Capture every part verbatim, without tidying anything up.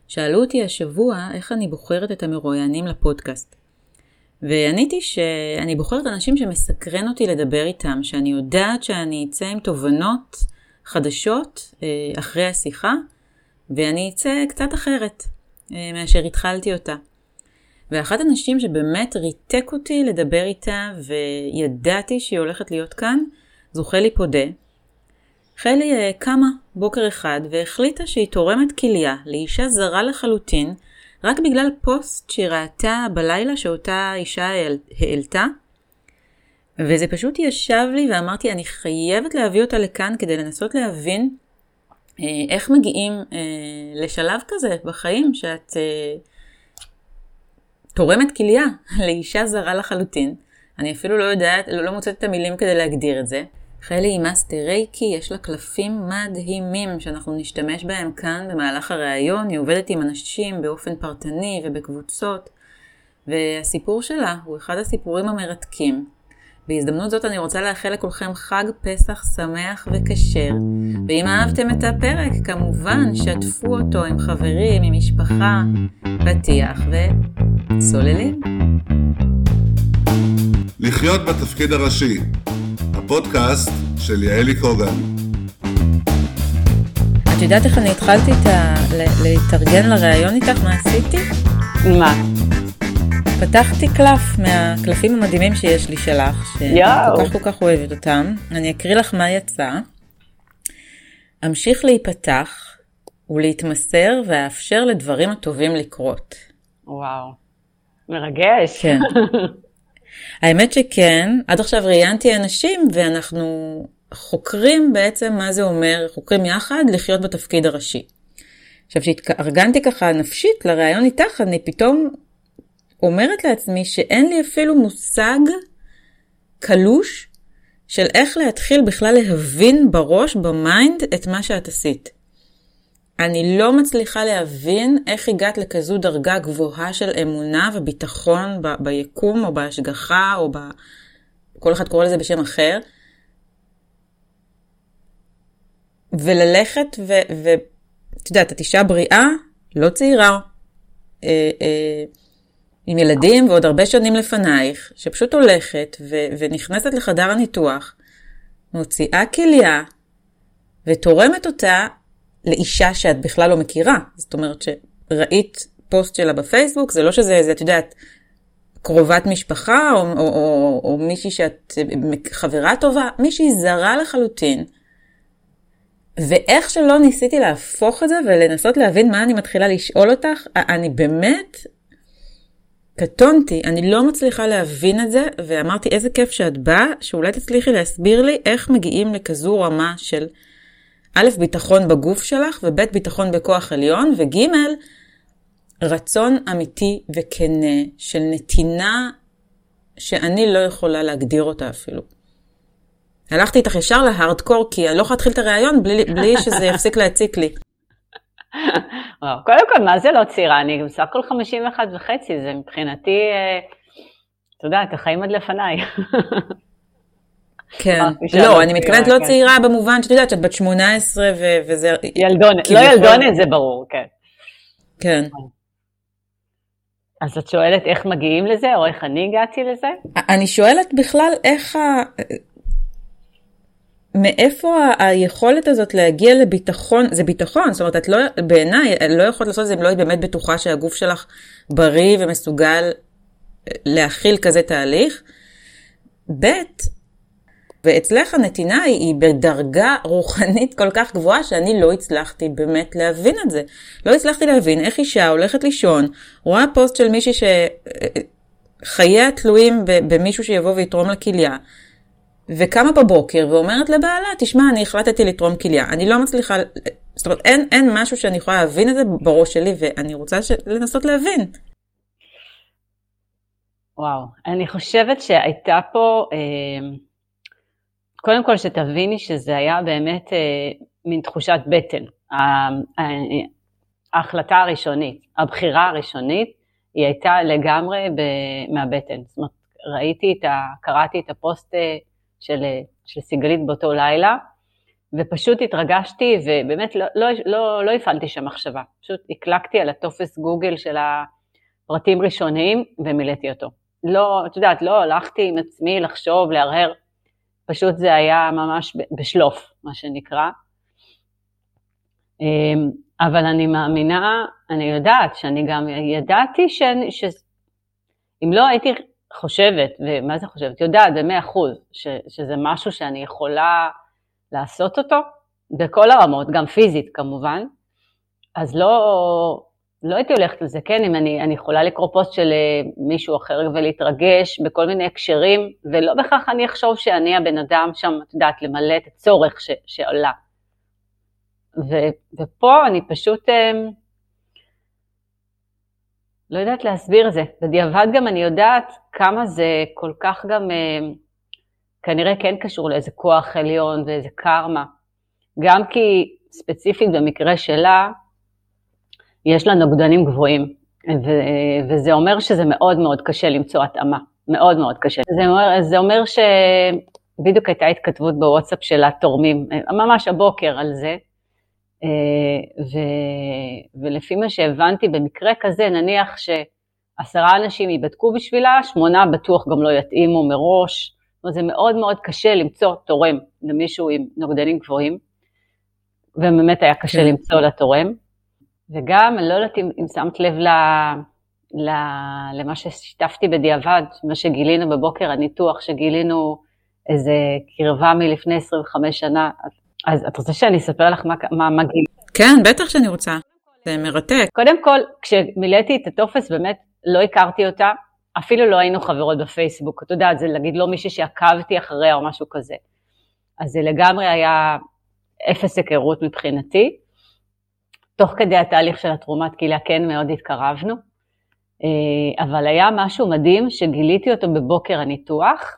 שאלו אותי השבוע איך אני בוחרת את המרואיינים לפודקאסט. ועניתי שאני בוחרת אנשים שמסקרן אותי לדבר איתם, שאני יודעת שאני אצא עם תובנות חדשות אחרי השיחה, ואני אצא קצת אחרת מאשר התחלתי אותה. ואחת הנשים שבאמת ריתק אותי לדבר איתה וידעתי שהיא הולכת להיות כאן, זו חלי פודה. חלי קמה בוקר אחד והחליטה שהיא תורמת כליה לאישה זרה לחלוטין, רק בגלל פוסט שהיא ראתה בלילה שאותה אישה העלתה. וזה פשוט ישב לי ואמרתי, אני חייבת להביא אותה לכאן כדי לנסות להבין איך מגיעים לשלב כזה בחיים שאת תורמת כליה לאישה זרה לחלוטין. אני אפילו לא יודעת, לא, לא מוצאת את המילים כדי להגדיר את זה. חלי היא מאסטר רייקי, יש לה קלפים מדהימים שאנחנו נשתמש בהם כאן במהלך הראיון. היא עובדת עם אנשים באופן פרטני ובקבוצות, והסיפור שלה הוא אחד הסיפורים המרתקים. בהזדמנות זאת אני רוצה לאחל לכולכם חג פסח שמח וכשר, ואם אהבתם את הפרק כמובן שתפו אותו עם חברים, עם משפחה, פתיח וסוללים. לחיות בתפקיד הראשי, הפודקאסט של יעלי קוגן. את יודעת איך אני התחלתי להתארגן לראיון איתך? מה עשיתי? מה? פתחתי קלף מהקלפים המדהימים שיש לי שלך, שאני כל כך כל כך אוהבת אותם. אני אקריא לך מה יצא. אמשיך להיפתח ולהתמסר ואפשר לדברים הטובים לקרות. וואו, מרגש. כן. האמת שכן, עד עכשיו ראיינתי אנשים ואנחנו חוקרים בעצם מה זה אומר, חוקרים יחד לחיות בתפקיד הראשי. עכשיו שהתארגנתי ככה נפשית לראיון איתך, אני פתאום אומרת לעצמי שאין לי אפילו מושג קלוש של איך להתחיל בכלל להבין בראש, במיינד, את מה שאת עשית. אני לא מצליחה להבין איך הגעת לכזו דרגה גבוהה של אמונה וביטחון ב- ביקום או בהשגחה או ב... כל אחד קורא לזה בשם אחר. וללכת ו... ו... אתה יודעת, את אישה בריאה, לא צעירה, אה, אה, עם ילדים ועוד הרבה שנים לפנייך, שפשוט הולכת ו... ונכנסת לחדר הניתוח, מוציאה כליה ותורמת אותה לאישה שאת בכלל לא מכירה. זאת אומרת שראית פוסט שלה בפייסבוק, זה לא שזה, זה, את יודעת, קרובת משפחה או, או, או, או מישהי שאת חברה טובה, מישהי זרה לחלוטין. ואיך שלא ניסיתי להפוך את זה ולנסות להבין מה אני מתחילה לשאול אותך, אני באמת קטונתי, אני לא מצליחה להבין את זה, ואמרתי איזה כיף שאת באה, שאולי תצליחי להסביר לי איך מגיעים לכזו רמה של א', ביטחון בגוף שלך, וב', ביטחון בכוח עליון, וג', רצון אמיתי וכנה של נתינה שאני לא יכולה להגדיר אותה אפילו. הלכתי איתך ישר להארדקור, כי אני לא יכולה להתחיל את הרעיון בלי, בלי שזה יפסיק להציק לי. וואו, קודם כל, מה זה לא צעירה? אני גם סך הכל חמישים ואחת וחצי, זה מבחינתי, אתה יודע, את החיים עד לפניי. כן, לא, אני מתכוונת לא צעירה במובן שאת יודעת שאת בת שמונה עשרה וזה... ילדונת, לא ילדונת, זה ברור, כן. כן. אז את שואלת איך מגיעים לזה, או איך אני הגעתי לזה? אני שואלת בכלל איך ה... מאיפה היכולת הזאת להגיע לביטחון, זה ביטחון, זאת אומרת, את לא, בעיניי, לא יכולת לעשות את זה אם לא היית באמת בטוחה שהגוף שלך בריא ומסוגל להכיל כזה תהליך. ב' ואצלך הנתינה היא בדרגה רוחנית כל כך גבוהה שאני לא הצלחתי באמת להבין את זה. לא הצלחתי להבין איך אישה הולכת לישון, רואה פוסט של מישהי שחייה תלויים במישהו שיבוא ויתרום לכליה, וקמה בבוקר ואומרת לבעלה, תשמע, אני החלטתי לתרום כליה. אני לא מצליחה, זאת אומרת, אין, אין משהו שאני יכולה להבין את זה בראש שלי, ואני רוצה לנסות להבין. וואו, אני חושבת שהייתה פה... אה... קודם כל שתביני שזה היה באמת אה, מין תחושת בטן. ההחלטה הראשונית, הבחירה הראשונית, היא הייתה לגמרי ב- מהבטן. זאת אומרת, ראיתי את ה... קראתי את הפוסט של, של סיגלית באותו לילה, ופשוט התרגשתי, ובאמת לא, לא, לא, לא הפעלתי שם מחשבה, פשוט הקלקתי על הטופס גוגל של הפרטים ראשוניים, ומילאתי אותו. לא, את יודעת, לא הלכתי עם עצמי לחשוב, להרהר, פשוט זה היה ממש בשלוף, מה שנקרא. אבל אני מאמינה, אני יודעת, שאני גם ידעתי שאני, שאם לא הייתי חושבת, ומה זה חושבת? יודעת במאה אחוז, ש, שזה משהו שאני יכולה לעשות אותו, בכל הרמות, גם פיזית כמובן, אז לא, לא הייתי הולכת לזה, כן, אם אני, אני יכולה לקרוא פוסט של מישהו אחר ולהתרגש בכל מיני הקשרים, ולא בכך אני אחשוב שאני הבן אדם שם, את יודעת, למלא את הצורך ש, שעולה. ו, ופה אני פשוט לא יודעת להסביר זה. בדיעבד גם אני יודעת כמה זה כל כך גם כנראה כן קשור לאיזה כוח עליון ואיזה קרמה. גם כי ספציפית במקרה שלה יש לה נוגדנים גבוהים, ו- וזה אומר שזה מאוד מאוד קשה למצוא התאמה, מאוד מאוד קשה. זה אומר, זה אומר שבדיוק הייתה התכתבות בוואטסאפ של התורמים, ממש הבוקר על זה, ו... ולפי מה שהבנתי במקרה כזה, נניח שעשרה אנשים ייבדקו בשבילה, שמונה בטוח גם לא יתאימו מראש, זה מאוד מאוד קשה למצוא תורם למישהו עם נוגדנים גבוהים, ובאמת היה קשה כן. למצוא לתורם, וגם אני לא יודעת אם, אם שמת לב ל... ל... למה ששיתפתי בדיעבד, מה שגילינו בבוקר הניתוח, שגילינו איזה קרבה מלפני עשרים וחמש שנה, אז את רוצה שאני אספר לך מה, מה, מה גיל? כן, בטח שאני רוצה. זה מרתק. קודם כל, כשמילאתי את הטופס, באמת לא הכרתי אותה, אפילו לא היינו חברות בפייסבוק. אתה יודע, זה להגיד לא מישהו שעקבתי אחריה או משהו כזה. אז זה לגמרי היה אפס היכרות מבחינתי. תוך כדי התהליך של התרומת קהילה, כן מאוד התקרבנו. אבל היה משהו מדהים שגיליתי אותו בבוקר הניתוח,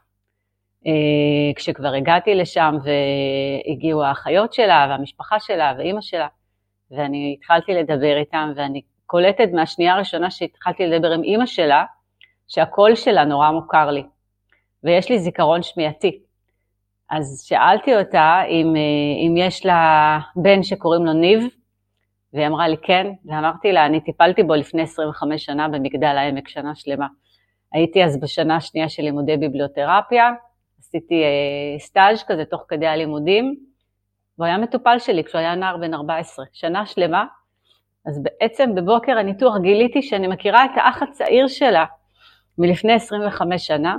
כשכבר הגעתי לשם והגיעו האחיות שלה והמשפחה שלה ואימא שלה, ואני התחלתי לדבר איתם, ואני קולטת מהשנייה הראשונה שהתחלתי לדבר עם אימא שלה, שהקול שלה נורא מוכר לי, ויש לי זיכרון שמיעתי. אז שאלתי אותה אם, אם יש לה בן שקוראים לו ניב, והיא אמרה לי כן, ואמרתי לה, אני טיפלתי בו לפני עשרים וחמש שנה במגדל העמק, שנה שלמה. הייתי אז בשנה השנייה של לימודי ביבליותרפיה, עשיתי אה, סטאז' כזה תוך כדי הלימודים, והוא היה מטופל שלי כשהוא היה נער בן ארבע עשרה, שנה שלמה. אז בעצם בבוקר הניתוח גיליתי שאני מכירה את האח הצעיר שלה מלפני עשרים וחמש שנה,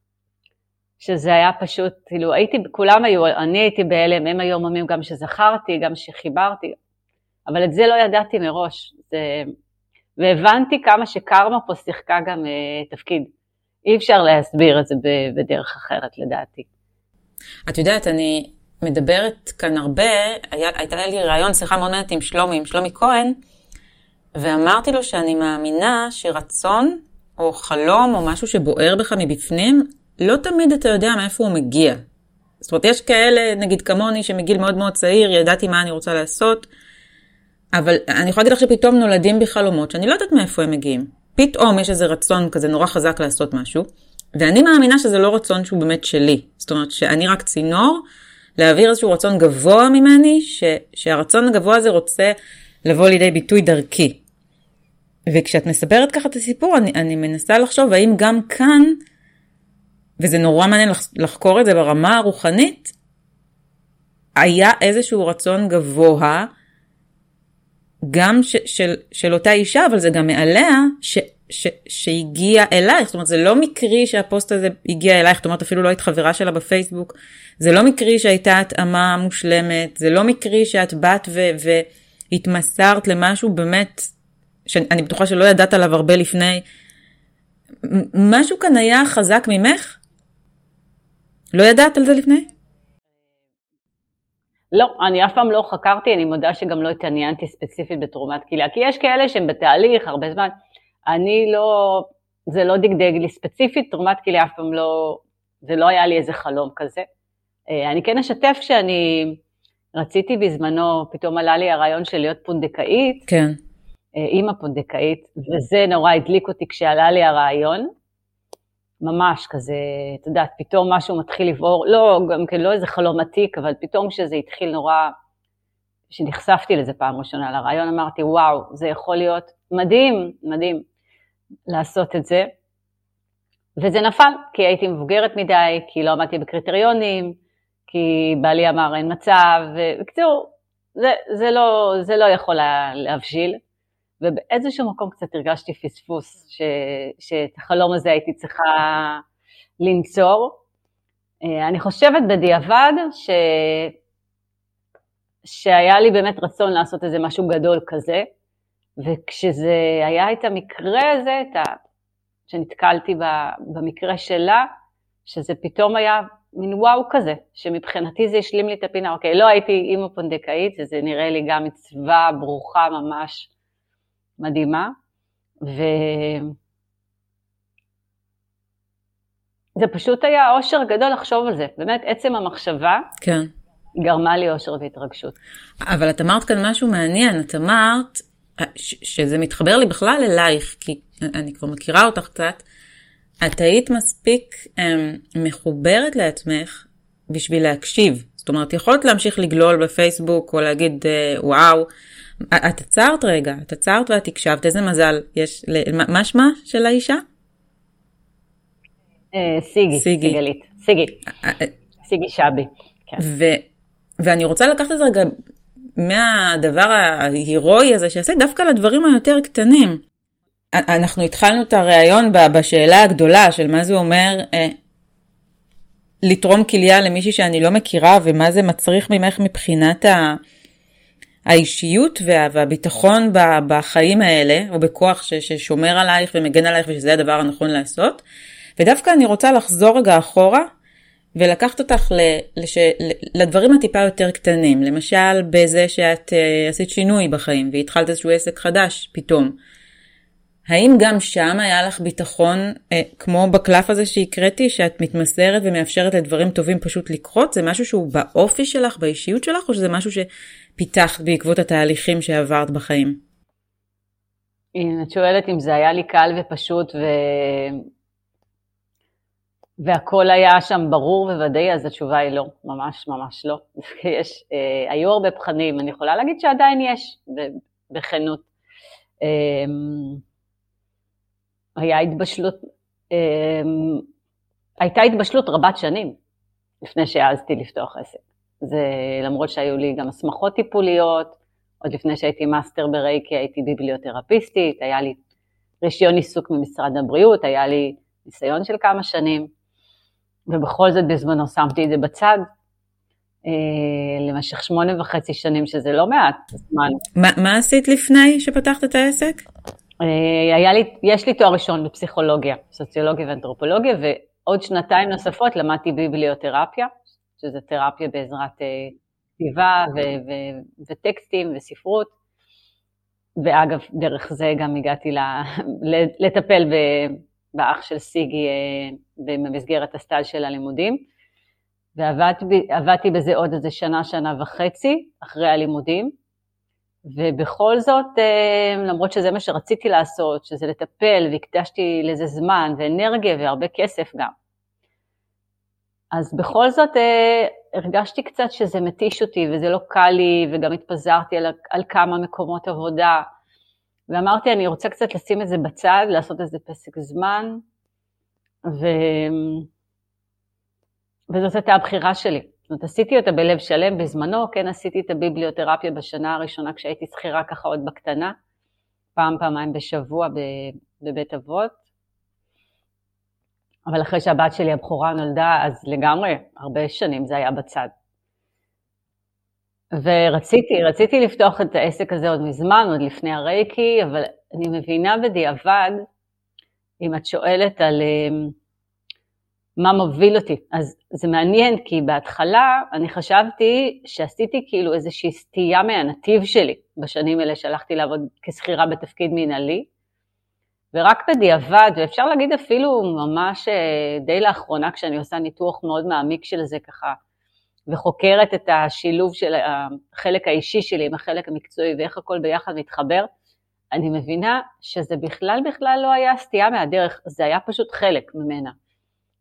שזה היה פשוט, כאילו הייתי, כולם היו, אני הייתי בהלם, הם היו אומרים גם שזכרתי, גם שחיברתי, אבל את זה לא ידעתי מראש, זה, והבנתי כמה שקרמה פה שיחקה גם אה, תפקיד. אי אפשר להסביר את זה בדרך אחרת לדעתי. את יודעת, אני מדברת כאן הרבה, היה, הייתה לי רעיון, שיחה מאוד מעט עם שלומי, עם שלומי כהן, ואמרתי לו שאני מאמינה שרצון או חלום או משהו שבוער בך מבפנים, לא תמיד אתה יודע מאיפה הוא מגיע. זאת אומרת, יש כאלה, נגיד כמוני, שמגיל מאוד מאוד צעיר, ידעתי מה אני רוצה לעשות, אבל אני יכולה להגיד לך שפתאום נולדים בי חלומות, שאני לא יודעת מאיפה הם מגיעים. פתאום יש איזה רצון כזה נורא חזק לעשות משהו, ואני מאמינה שזה לא רצון שהוא באמת שלי. זאת אומרת, שאני רק צינור, להעביר איזשהו רצון גבוה ממני, ש, שהרצון הגבוה הזה רוצה לבוא לידי ביטוי דרכי. וכשאת מספרת ככה את הסיפור, אני, אני מנסה לחשוב, האם גם כאן, וזה נורא מעניין לחקור את זה ברמה הרוחנית, היה איזשהו רצון גבוה, גם ש, של, של אותה אישה, אבל זה גם מעליה, ש, ש, שהגיע אלייך. זאת אומרת, זה לא מקרי שהפוסט הזה הגיע אלייך, זאת אומרת, אפילו לא היית חברה שלה בפייסבוק, זה לא מקרי שהייתה התאמה מושלמת, זה לא מקרי שאת באת ו, והתמסרת למשהו באמת, שאני בטוחה שלא ידעת עליו הרבה לפני. משהו כאן היה חזק ממך? לא ידעת על זה לפני? לא, אני אף פעם לא חקרתי, אני מודה שגם לא התעניינתי ספציפית בתרומת קהילה, כי יש כאלה שהם בתהליך הרבה זמן, אני לא, זה לא דגדג לי ספציפית, תרומת קהילה אף פעם לא, זה לא היה לי איזה חלום כזה. אני כן אשתף שאני רציתי בזמנו, פתאום עלה לי הרעיון של להיות פונדקאית, כן. אימא פונדקאית, וזה נורא הדליק אותי כשעלה לי הרעיון, ממש כזה, אתה יודעת, פתאום משהו מתחיל לבעור, לא, גם כן לא איזה חלום עתיק, אבל פתאום שזה התחיל נורא, שנחשפתי לזה פעם ראשונה לרעיון, אמרתי, וואו, זה יכול להיות מדהים, מדהים לעשות את זה, וזה נפל, כי הייתי מבוגרת מדי, כי לא עמדתי בקריטריונים, כי בעלי אמר אין מצב, ובקצור, זה, זה, לא, זה לא יכול להבשיל, ובאיזשהו מקום קצת הרגשתי פספוס, ש, שאת החלום הזה הייתי צריכה לנצור. אני חושבת בדיעבד, ש, שהיה לי באמת רצון לעשות איזה משהו גדול כזה, וכשזה היה את המקרה הזה, את ה, שנתקלתי במקרה שלה, שזה פתאום היה מין וואו כזה, שמבחינתי זה השלים לי את הפינה, אוקיי, לא הייתי אימא פונדקאית, זה נראה לי גם מצווה ברוכה ממש מדהימה, וזה פשוט היה אושר גדול לחשוב על זה, באמת עצם המחשבה, כן. גרמה לי אושר והתרגשות. אבל את אמרת כאן משהו מעניין, את אמרת שזה מתחבר לי בכלל אלייך, כי אני כבר מכירה אותך קצת, את היית מספיק מחוברת לעצמך בשביל להקשיב. זאת אומרת, יכולת להמשיך לגלול בפייסבוק או להגיד וואו, את עצרת רגע, את עצרת ואת הקשבת, איזה מזל יש, מה שמה של האישה? סיגי, סיגלית, סיגי, סיגי שבי. ואני רוצה לקחת את זה רגע מהדבר ההירואי הזה שעשה דווקא לדברים היותר קטנים. אנחנו התחלנו את הרעיון בשאלה הגדולה של מה זה אומר אה, לתרום כליה למישהי שאני לא מכירה, ומה זה מצריך ממך מבחינת ה, האישיות וה, והביטחון בחיים האלה, או בכוח ש, ששומר עלייך ומגן עלייך, ושזה הדבר הנכון לעשות. ודווקא אני רוצה לחזור רגע אחורה, ולקחת אותך ל, לש, לדברים הטיפה יותר קטנים, למשל בזה שאת אה, עשית שינוי בחיים, והתחלת איזשהו עסק חדש פתאום. האם גם שם היה לך ביטחון, אה, כמו בקלף הזה שהקראתי, שאת מתמסרת ומאפשרת לדברים טובים פשוט לקרות? זה משהו שהוא באופי שלך, באישיות שלך, או שזה משהו שפיתחת בעקבות התהליכים שעברת בחיים? את שואלת אם זה היה לי קל ופשוט, ו... והכל היה שם ברור וודאי, אז התשובה היא לא, ממש ממש לא. יש, אה, היו הרבה בחנים, אני יכולה להגיד שעדיין יש, בכנות. אה, היה התבשלות, אה, הייתה התבשלות רבת שנים, לפני שהעזתי לפתוח עסק. זה למרות שהיו לי גם הסמכות טיפוליות, עוד לפני שהייתי מאסטר ברייקי, הייתי ביבליותרפיסטית, היה לי רישיון עיסוק ממשרד הבריאות, היה לי ניסיון של כמה שנים, ובכל זאת בזמנו שמתי את זה בצד, למשך שמונה וחצי שנים, שזה לא מעט זמן. מה, מה עשית לפני שפתחת את העסק? היה לי, יש לי תואר ראשון בפסיכולוגיה, סוציולוגיה ואנתרופולוגיה, ועוד שנתיים נוספות למדתי ביבליותרפיה, שזה תרפיה בעזרת כתיבה ו- ו- וטקסטים וספרות, ואגב, דרך זה גם הגעתי לטפל ב- באח של סיגי במסגרת הסטאז' של הלימודים, ועבדתי בזה עוד איזה שנה, שנה וחצי אחרי הלימודים, ובכל זאת, למרות שזה מה שרציתי לעשות, שזה לטפל, והקדשתי לזה זמן ואנרגיה והרבה כסף גם, אז בכל זאת הרגשתי קצת שזה מתיש אותי וזה לא קל לי, וגם התפזרתי על, על כמה מקומות עבודה, ואמרתי אני רוצה קצת לשים את זה בצד, לעשות איזה פסק זמן, ו... וזאת הייתה הבחירה שלי. זאת אומרת, עשיתי אותה בלב שלם בזמנו, כן עשיתי את הביבליותרפיה בשנה הראשונה כשהייתי שכירה ככה עוד בקטנה, פעם פעמיים בשבוע בבית אבות, אבל אחרי שהבת שלי הבכורה נולדה, אז לגמרי, הרבה שנים זה היה בצד. ורציתי, רציתי לפתוח את העסק הזה עוד מזמן, עוד לפני הרייקי, אבל אני מבינה בדיעבד, אם את שואלת על מה מוביל אותי, אז זה מעניין, כי בהתחלה אני חשבתי שעשיתי כאילו איזושהי סטייה מהנתיב שלי, בשנים האלה שהלכתי לעבוד כשכירה בתפקיד מנהלי, ורק בדיעבד, ואפשר להגיד אפילו ממש די לאחרונה, כשאני עושה ניתוח מאוד מעמיק של זה ככה, וחוקרת את השילוב של החלק האישי שלי עם החלק המקצועי, ואיך הכל ביחד מתחבר, אני מבינה שזה בכלל בכלל לא היה סטייה מהדרך, זה היה פשוט חלק ממנה.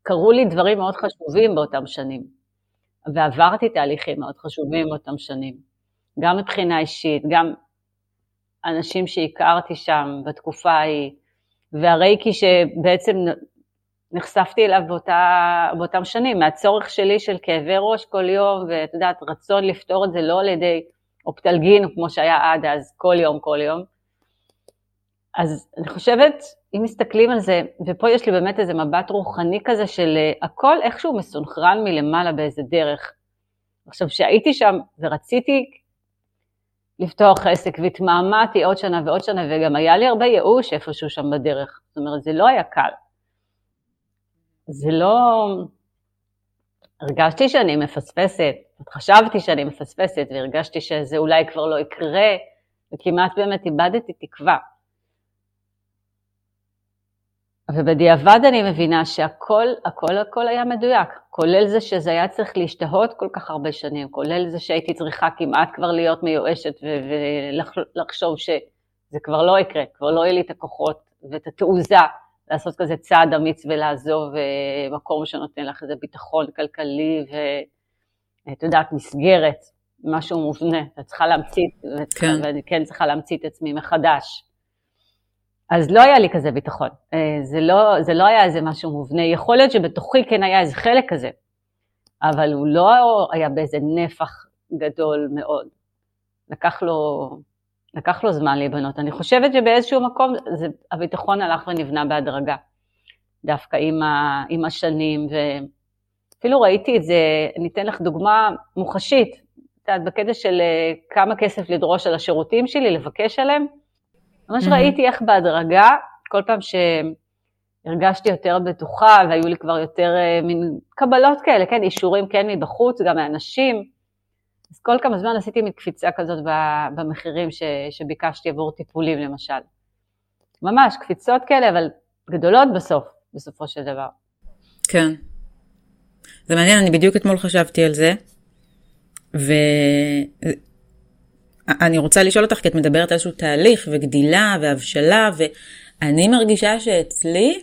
קרו לי דברים מאוד חשובים באותם שנים, ועברתי תהליכים מאוד חשובים באותם שנים, גם מבחינה אישית, גם אנשים שהכרתי שם בתקופה ההיא, והרייקי שבעצם נחשפתי אליו באותה, באותם שנים, מהצורך שלי של כאבי ראש כל יום, ואת יודעת, רצון לפתור את זה לא על ידי אופטלגין, כמו שהיה עד אז, כל יום, כל יום. אז אני חושבת, אם מסתכלים על זה, ופה יש לי באמת איזה מבט רוחני כזה, של הכל איכשהו מסונכרן מלמעלה באיזה דרך. עכשיו, שהייתי שם ורציתי לפתוח עסק, והתמהמהתי עוד שנה ועוד שנה, וגם היה לי הרבה ייאוש איפשהו שם בדרך. זאת אומרת, זה לא היה קל. זה לא... הרגשתי שאני מפספסת, חשבתי שאני מפספסת, והרגשתי שזה אולי כבר לא יקרה, וכמעט באמת איבדתי תקווה. ובדיעבד אני מבינה שהכל, הכל, הכל היה מדויק, כולל זה שזה היה צריך להשתהות כל כך הרבה שנים, כולל זה שהייתי צריכה כמעט כבר להיות מיואשת ולחשוב שזה כבר לא יקרה, כבר לא יהיה לי את הכוחות ואת התעוזה לעשות כזה צעד אמיץ ולעזוב מקום שנותן לך איזה ביטחון כלכלי ואת יודעת מסגרת, משהו מובנה, את צריכה להמציא, כן. ואני כן צריכה להמציא את עצמי מחדש. אז לא היה לי כזה ביטחון, זה לא, זה לא היה איזה משהו מובנה, יכול להיות שבתוכי כן היה איזה חלק כזה, אבל הוא לא היה באיזה נפח גדול מאוד, לקח לו, לקח לו זמן להיבנות, אני חושבת שבאיזשהו מקום זה, הביטחון הלך ונבנה בהדרגה, דווקא עם, ה, עם השנים, ואפילו ראיתי את זה, ניתן לך דוגמה מוחשית, בקטע של כמה כסף לדרוש על השירותים שלי, לבקש עליהם, ממש ראיתי איך בהדרגה, כל פעם שהרגשתי יותר בטוחה, והיו לי כבר יותר מין קבלות כאלה, כן, אישורים כן מבחוץ, גם מאנשים, אז כל כמה זמן עשיתי מקפיצה כזאת במחירים שביקשתי עבור טיפולים למשל. ממש, קפיצות כאלה, אבל גדולות בסוף, בסופו של דבר. כן. זה מעניין, אני בדיוק אתמול חשבתי על זה, ו... אני רוצה לשאול אותך, כי את מדברת על איזשהו תהליך וגדילה והבשלה, ואני מרגישה שאצלי,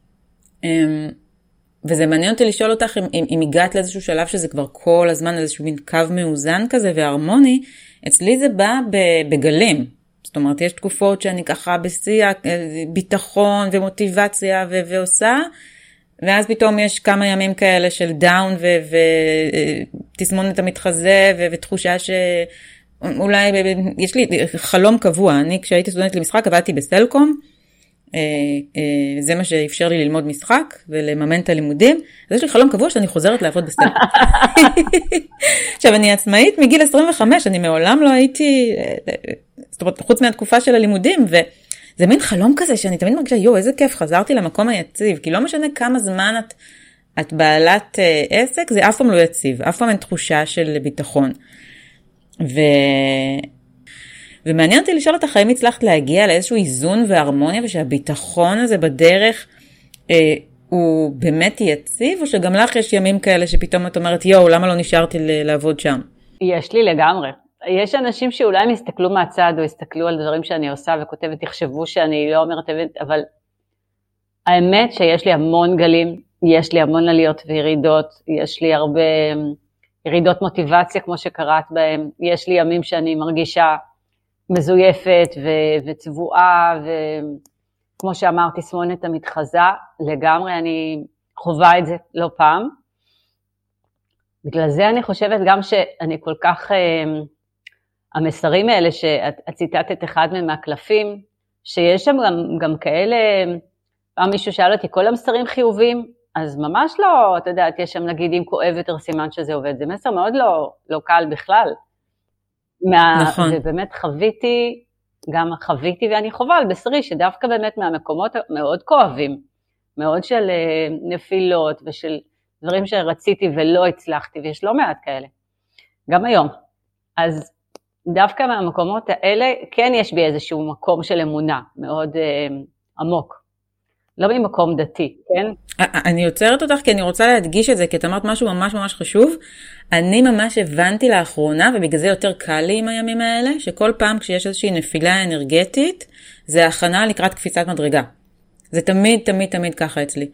וזה מעניין אותי לשאול אותך אם, אם, אם הגעת לאיזשהו שלב שזה כבר כל הזמן איזשהו מין קו מאוזן כזה והרמוני, אצלי זה בא בגלים. זאת אומרת, יש תקופות שאני ככה בשיא ביטחון ומוטיבציה ו- ועושה, ואז פתאום יש כמה ימים כאלה של דאון ותסמונת המתחזה ו- ותחושה ש... אולי, יש לי חלום קבוע, אני כשהייתי סטודנטית למשחק עבדתי בסלקום, זה מה שאפשר לי ללמוד משחק ולממן את הלימודים, אז יש לי חלום קבוע שאני חוזרת לעבוד בסלקום. עכשיו אני עצמאית מגיל עשרים וחמש, אני מעולם לא הייתי, זאת אומרת, חוץ מהתקופה של הלימודים, וזה מין חלום כזה שאני תמיד מרגישה, יו, איזה כיף, חזרתי למקום היציב, כי לא משנה כמה זמן את, את בעלת עסק, זה אף פעם לא יציב, אף פעם אין תחושה של ביטחון. ו... ומעניין אותי לשאול אותך, האם הצלחת להגיע לאיזשהו איזון והרמוניה, ושהביטחון הזה בדרך אה, הוא באמת יציב, או שגם לך יש ימים כאלה שפתאום את אומרת, יואו, למה לא נשארתי לעבוד שם? יש לי לגמרי. יש אנשים שאולי הם יסתכלו מהצד, או יסתכלו על דברים שאני עושה וכותבת, יחשבו שאני לא אומרת, אבל האמת שיש לי המון גלים, יש לי המון עליות וירידות, יש לי הרבה... ירידות מוטיבציה כמו שקראת בהם, יש לי ימים שאני מרגישה מזויפת ו- וצבועה, וכמו שאמרתי, תסמונת המתחזה, לגמרי אני חווה את זה לא פעם. בגלל זה אני חושבת גם שאני כל כך, המסרים האלה שאת ציטטת אחד מהם מהקלפים, שיש שם גם, גם כאלה, פעם מישהו שאל אותי, כל המסרים חיוביים, אז ממש לא, אתה יודעת, יש שם נגיד אם כואב יותר סימן שזה עובד, זה מסר מאוד לא, לא קל בכלל. מה, נכון. ובאמת חוויתי, גם חוויתי ואני חווה על בשרי, שדווקא באמת מהמקומות מאוד כואבים, מאוד של נפילות ושל דברים שרציתי ולא הצלחתי, ויש לא מעט כאלה, גם היום. אז דווקא מהמקומות האלה, כן יש בי איזשהו מקום של אמונה, מאוד אה, עמוק. לא ממקום דתי, כן? אני יוצרת אותך כי אני רוצה להדגיש את זה, כי את אמרת משהו ממש ממש חשוב. אני ממש הבנתי לאחרונה, ובגלל זה יותר קל לי עם הימים האלה, שכל פעם כשיש איזושהי נפילה אנרגטית, זה הכנה לקראת קפיצת מדרגה. זה תמיד, תמיד, תמיד ככה אצלי.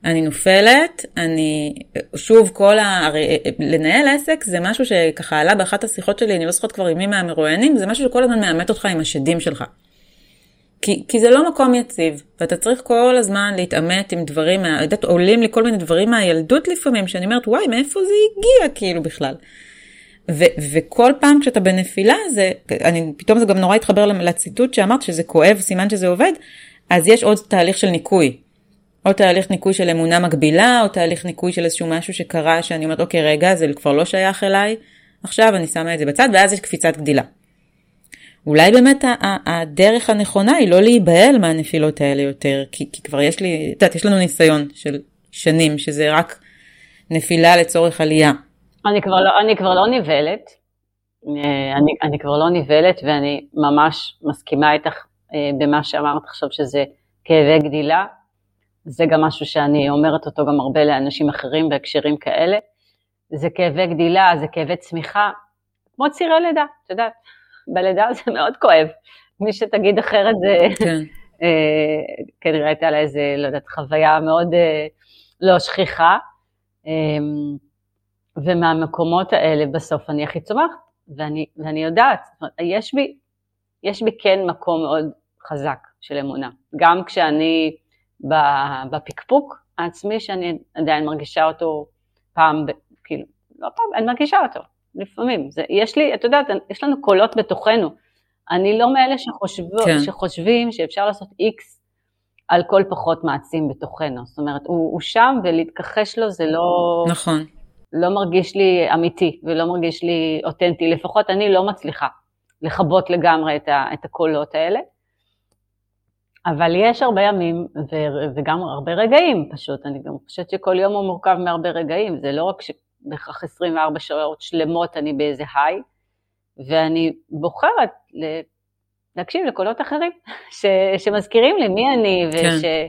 אני נופלת, אני, שוב, כל ה... לנהל עסק זה משהו שככה עלה באחת השיחות שלי, אני לא זוכרת כבר עם מי מהמרואיינים, זה משהו שכל הזמן מאמת אותך עם השדים שלך. כי, כי זה לא מקום יציב, ואתה צריך כל הזמן להתאמת עם דברים, יודעת, עולים לי כל מיני דברים מהילדות לפעמים, שאני אומרת, וואי, מאיפה זה הגיע כאילו בכלל? ו, וכל פעם כשאתה בנפילה, זה, אני, פתאום זה גם נורא התחבר לציטוט שאמרת, שזה כואב, סימן שזה עובד, אז יש עוד תהליך של ניקוי. או תהליך ניקוי של אמונה מקבילה, או תהליך ניקוי של איזשהו משהו שקרה, שאני אומרת, אוקיי, רגע, זה כבר לא שייך אליי, עכשיו אני שמה את זה בצד, ואז יש קפיצת גדילה. אולי באמת הדרך הנכונה היא לא להיבהל מהנפילות האלה יותר, כי, כי כבר יש לי, את יודעת, יש לנו ניסיון של שנים, שזה רק נפילה לצורך עלייה. אני כבר לא, אני כבר לא ניבלת, אני, אני כבר לא ניבלת, ואני ממש מסכימה איתך במה שאמרת עכשיו, שזה כאבי גדילה, זה גם משהו שאני אומרת אותו גם הרבה לאנשים אחרים בהקשרים כאלה, זה כאבי גדילה, זה כאבי צמיחה, כמו צירי לידה, את יודעת, בלידה זה מאוד כואב, מי שתגיד אחרת זה, כן. אה, כנראה הייתה לה איזה, לא יודעת, חוויה מאוד אה, לא שכיחה, אה, ומהמקומות האלה בסוף אני הכי צומחת, ואני, ואני יודעת, יש בי, יש בי כן מקום מאוד חזק של אמונה, גם כשאני בפקפוק העצמי, שאני עדיין מרגישה אותו פעם, כאילו, לא פעם, אני מרגישה אותו, לפעמים, זה, יש לי, את יודעת, יש לנו קולות בתוכנו, אני לא מאלה שחושבים, כן. שחושבים שאפשר לעשות איקס על כל פחות מעצים בתוכנו, זאת אומרת, הוא, הוא שם ולהתכחש לו זה לא, נכון. לא מרגיש לי אמיתי, ולא מרגיש לי אותנטי, לפחות אני לא מצליחה לחבות לגמרי את, ה, את הקולות האלה, אבל יש הרבה ימים ו- וגם הרבה רגעים פשוט, אני גם חושבת שכל יום הוא מורכב מהרבה רגעים, זה לא רק שבכך עשרים וארבע שעות שלמות אני באיזה היי, ואני בוחרת ל- להקשיב לקולות אחרים, ש- שמזכירים לי מי אני, וש- כן.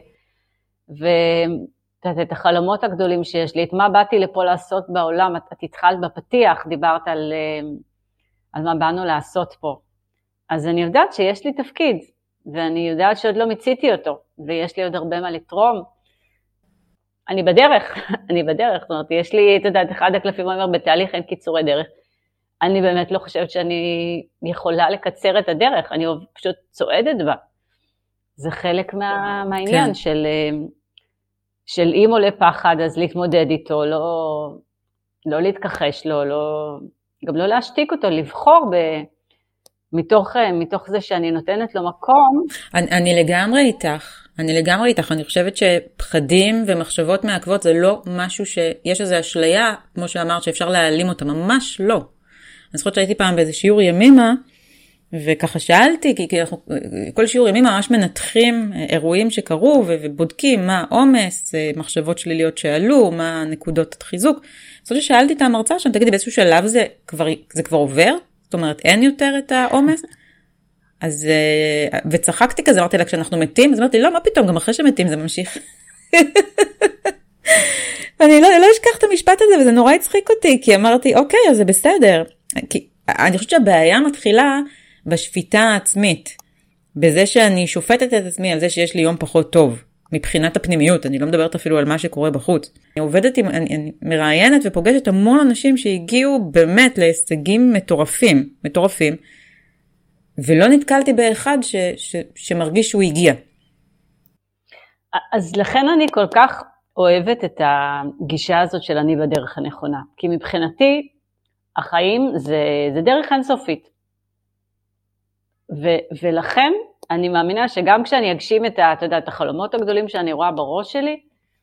ואת החלומות הגדולים שיש לי, את מה באתי לפה לעשות בעולם, את, את התחלת בפתיח, דיברת על, על מה באנו לעשות פה, אז אני יודעת שיש לי תפקיד, ואני יודעת שעוד לא מציתי אותו, ויש לי עוד הרבה מה לתרום. אני בדרך, אני בדרך, זאת אומרת, יש לי, אתה יודעת, אחד הקלפים אומר, בתהליך אין קיצורי דרך. אני באמת לא חושבת שאני יכולה לקצר את הדרך, אני פשוט צועדת בה. זה חלק מה, מהעניין כן. של, של אם עולה פחד, אז להתמודד איתו, לא, לא להתכחש לו, לא, גם לא להשתיק אותו, לבחור ב... מתוך, מתוך זה שאני נותנת לו מקום. אני, אני לגמרי איתך, אני לגמרי איתך, אני חושבת שפחדים ומחשבות מעכבות זה לא משהו שיש איזו אשליה, כמו שאמרת, שאפשר להעלים אותה, ממש לא. אני זוכרת שהייתי פעם באיזה שיעור ימימה, וככה שאלתי, כי, כי אנחנו, כל שיעור ימימה ממש מנתחים אירועים שקרו, ובודקים מה עומס, מחשבות שליליות שעלו, מה נקודות חיזוק. זאת אומרת ששאלתי את המרצה שם, תגידי, באיזשהו שלב זה כבר, זה כבר עובר? זאת אומרת, אין יותר את העומס? אז, וצחקתי כזה, אמרתי לה, כשאנחנו מתים, אז אמרתי, לא, מה פתאום, גם אחרי שמתים זה ממשיך. ואני לא, לא אשכח את המשפט הזה, וזה נורא הצחיק אותי, כי אמרתי, אוקיי, אז זה בסדר. כי אני חושבת שהבעיה מתחילה בשפיטה העצמית, בזה שאני שופטת את עצמי על זה שיש לי יום פחות טוב, מבחינת הפנימיות, אני לא מדברת אפילו על מה שקורה בחוץ. אני עובדת, עם, אני, אני מראיינת ופוגשת המון אנשים שהגיעו באמת להישגים מטורפים, מטורפים, ולא נתקלתי באחד ש, ש, שמרגיש שהוא הגיע. אז לכן אני כל כך אוהבת את הגישה הזאת של אני בדרך הנכונה, כי מבחינתי החיים זה, זה דרך אינסופית, ו, ולכן אני מאמינה שגם כשאני אגשים את, אתה יודע, את החלומות הגדולים שאני רואה בראש שלי,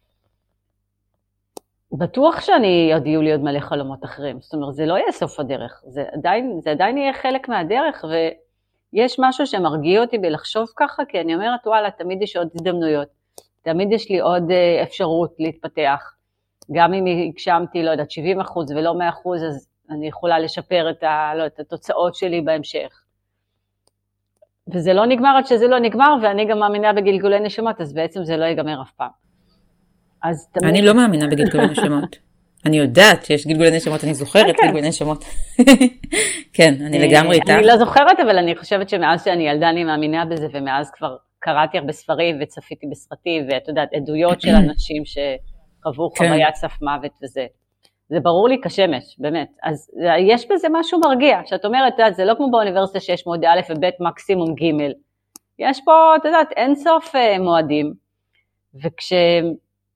בטוח שאני עוד יהיו לי עוד מלא חלומות אחרים. זאת אומרת, זה לא יהיה סוף הדרך, זה עדיין, זה עדיין יהיה חלק מהדרך, ויש משהו שמרגיע אותי בלחשוב ככה, כי אני אומרת, וואלה, תמיד יש עוד הזדמנויות, תמיד יש לי עוד אפשרות להתפתח, גם אם הגשמתי, לא יודעת, שבעים אחוז ולא מאה אחוז, אז אני יכולה לשפר את, ה, לא, את התוצאות שלי בהמשך. וזה לא נגמר עד שזה לא נגמר, ואני גם מאמינה בגלגולי נשמות, אז בעצם זה לא ייגמר אף פעם. אז תמיד... אני לא מאמינה בגלגולי נשמות. אני יודעת שיש גלגולי נשמות, אני זוכרת גלגולי נשמות. כן, אני לגמרי איתך. אני לא זוכרת, אבל אני חושבת שמאז שאני ילדה אני מאמינה בזה, ומאז כבר קראתי הרבה ספרים וצפיתי בסרטים, ואת יודעת, עדויות של אנשים שחוו חוויית סף מוות וזה. זה ברור לי כשמש, באמת. אז יש בזה משהו מרגיע, שאת אומרת, זה לא כמו באוניברסיטה שיש מועדי א' וב' מקסימום ג'. יש פה, את יודעת, אין סוף מועדים, וכשאני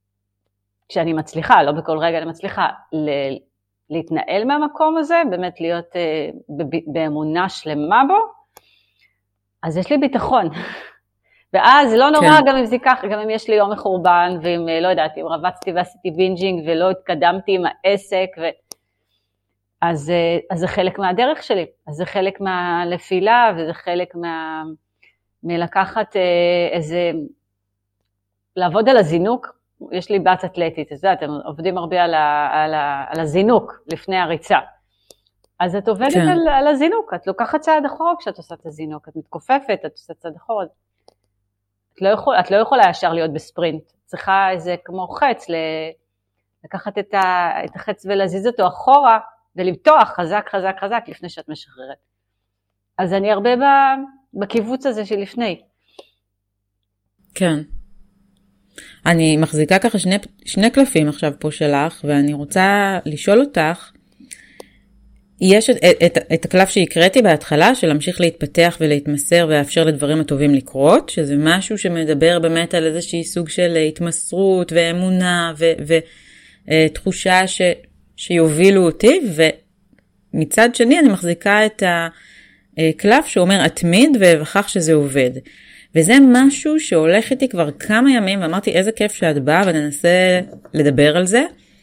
מצליחה, לא בכל רגע אני מצליחה, להתנהל מהמקום הזה, באמת להיות באמונה שלמה בו, אז יש לי ביטחון. ואז לא נורא כן. גם אם זה כך, גם אם יש לי יום מחורבן, ואם לא יודעת, אם רבצתי ועשיתי בינג'ינג, ולא התקדמתי עם העסק, ו... אז, אז זה חלק מהדרך שלי, אז זה חלק מהנפילה, וזה חלק מה... מלקחת איזה, לעבוד על הזינוק, יש לי בת אתלטית, אז אתם עובדים הרבה על, ה... על, ה... על הזינוק לפני הריצה, אז את עובדת כן. על, על הזינוק, את לוקחת צעד אחורה כשאת עושה את הזינוק, את מתכופפת, את עושה צעד אחורה, את לא, יכול, את לא יכולה ישר להיות בספרינט, צריכה איזה כמו חץ, לקחת את, ה, את החץ ולהזיז אותו אחורה, ולמתוח חזק חזק חזק לפני שאת משחררת. אז אני הרבה בקיבוץ הזה של לפני. כן. אני מחזיקה ככה שני, שני קלפים עכשיו פה שלך, ואני רוצה לשאול אותך, יש את, את, את הקלף שהקראתי בהתחלה, של להמשיך להתפתח ולהתמסר ולאפשר לדברים הטובים לקרות, שזה משהו שמדבר באמת על איזושהי סוג של התמסרות ואמונה ותחושה ש, שיובילו אותי, ומצד שני אני מחזיקה את הקלף שאומר התמיד ובכך שזה עובד. וזה משהו שהולך איתי כבר כמה ימים, ואמרתי איזה כיף שאת באה וננסה לדבר על זה.